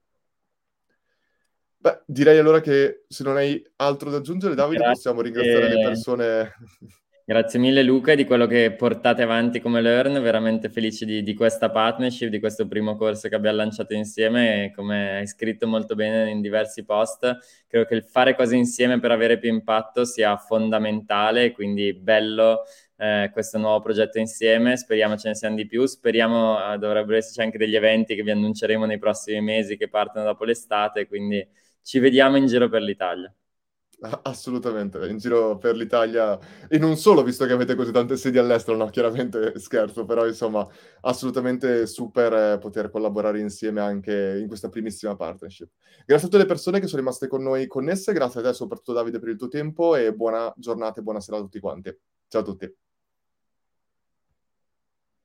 Beh, direi allora che se non hai altro da aggiungere, Davide, possiamo ringraziare le Grazie. persone. Grazie mille Luca di quello che portate avanti come Learn, veramente felice di questa partnership, di questo primo corso che abbiamo lanciato insieme e come hai scritto molto bene in diversi post, credo che il fare cose insieme per avere più impatto sia fondamentale, quindi bello questo nuovo progetto insieme, speriamo ce ne siano di più, speriamo dovrebbero esserci anche degli eventi che vi annunceremo nei prossimi mesi che partono dopo l'estate, quindi ci vediamo in giro per l'Italia. Assolutamente, in giro per l'Italia e non solo, visto che avete così tante sedi all'estero, no, chiaramente scherzo, però insomma, assolutamente super poter collaborare insieme anche in questa primissima partnership. Grazie a tutte le persone che sono rimaste con noi connesse, grazie a te soprattutto Davide per il tuo tempo e buona giornata e buona sera a tutti quanti. Ciao a tutti.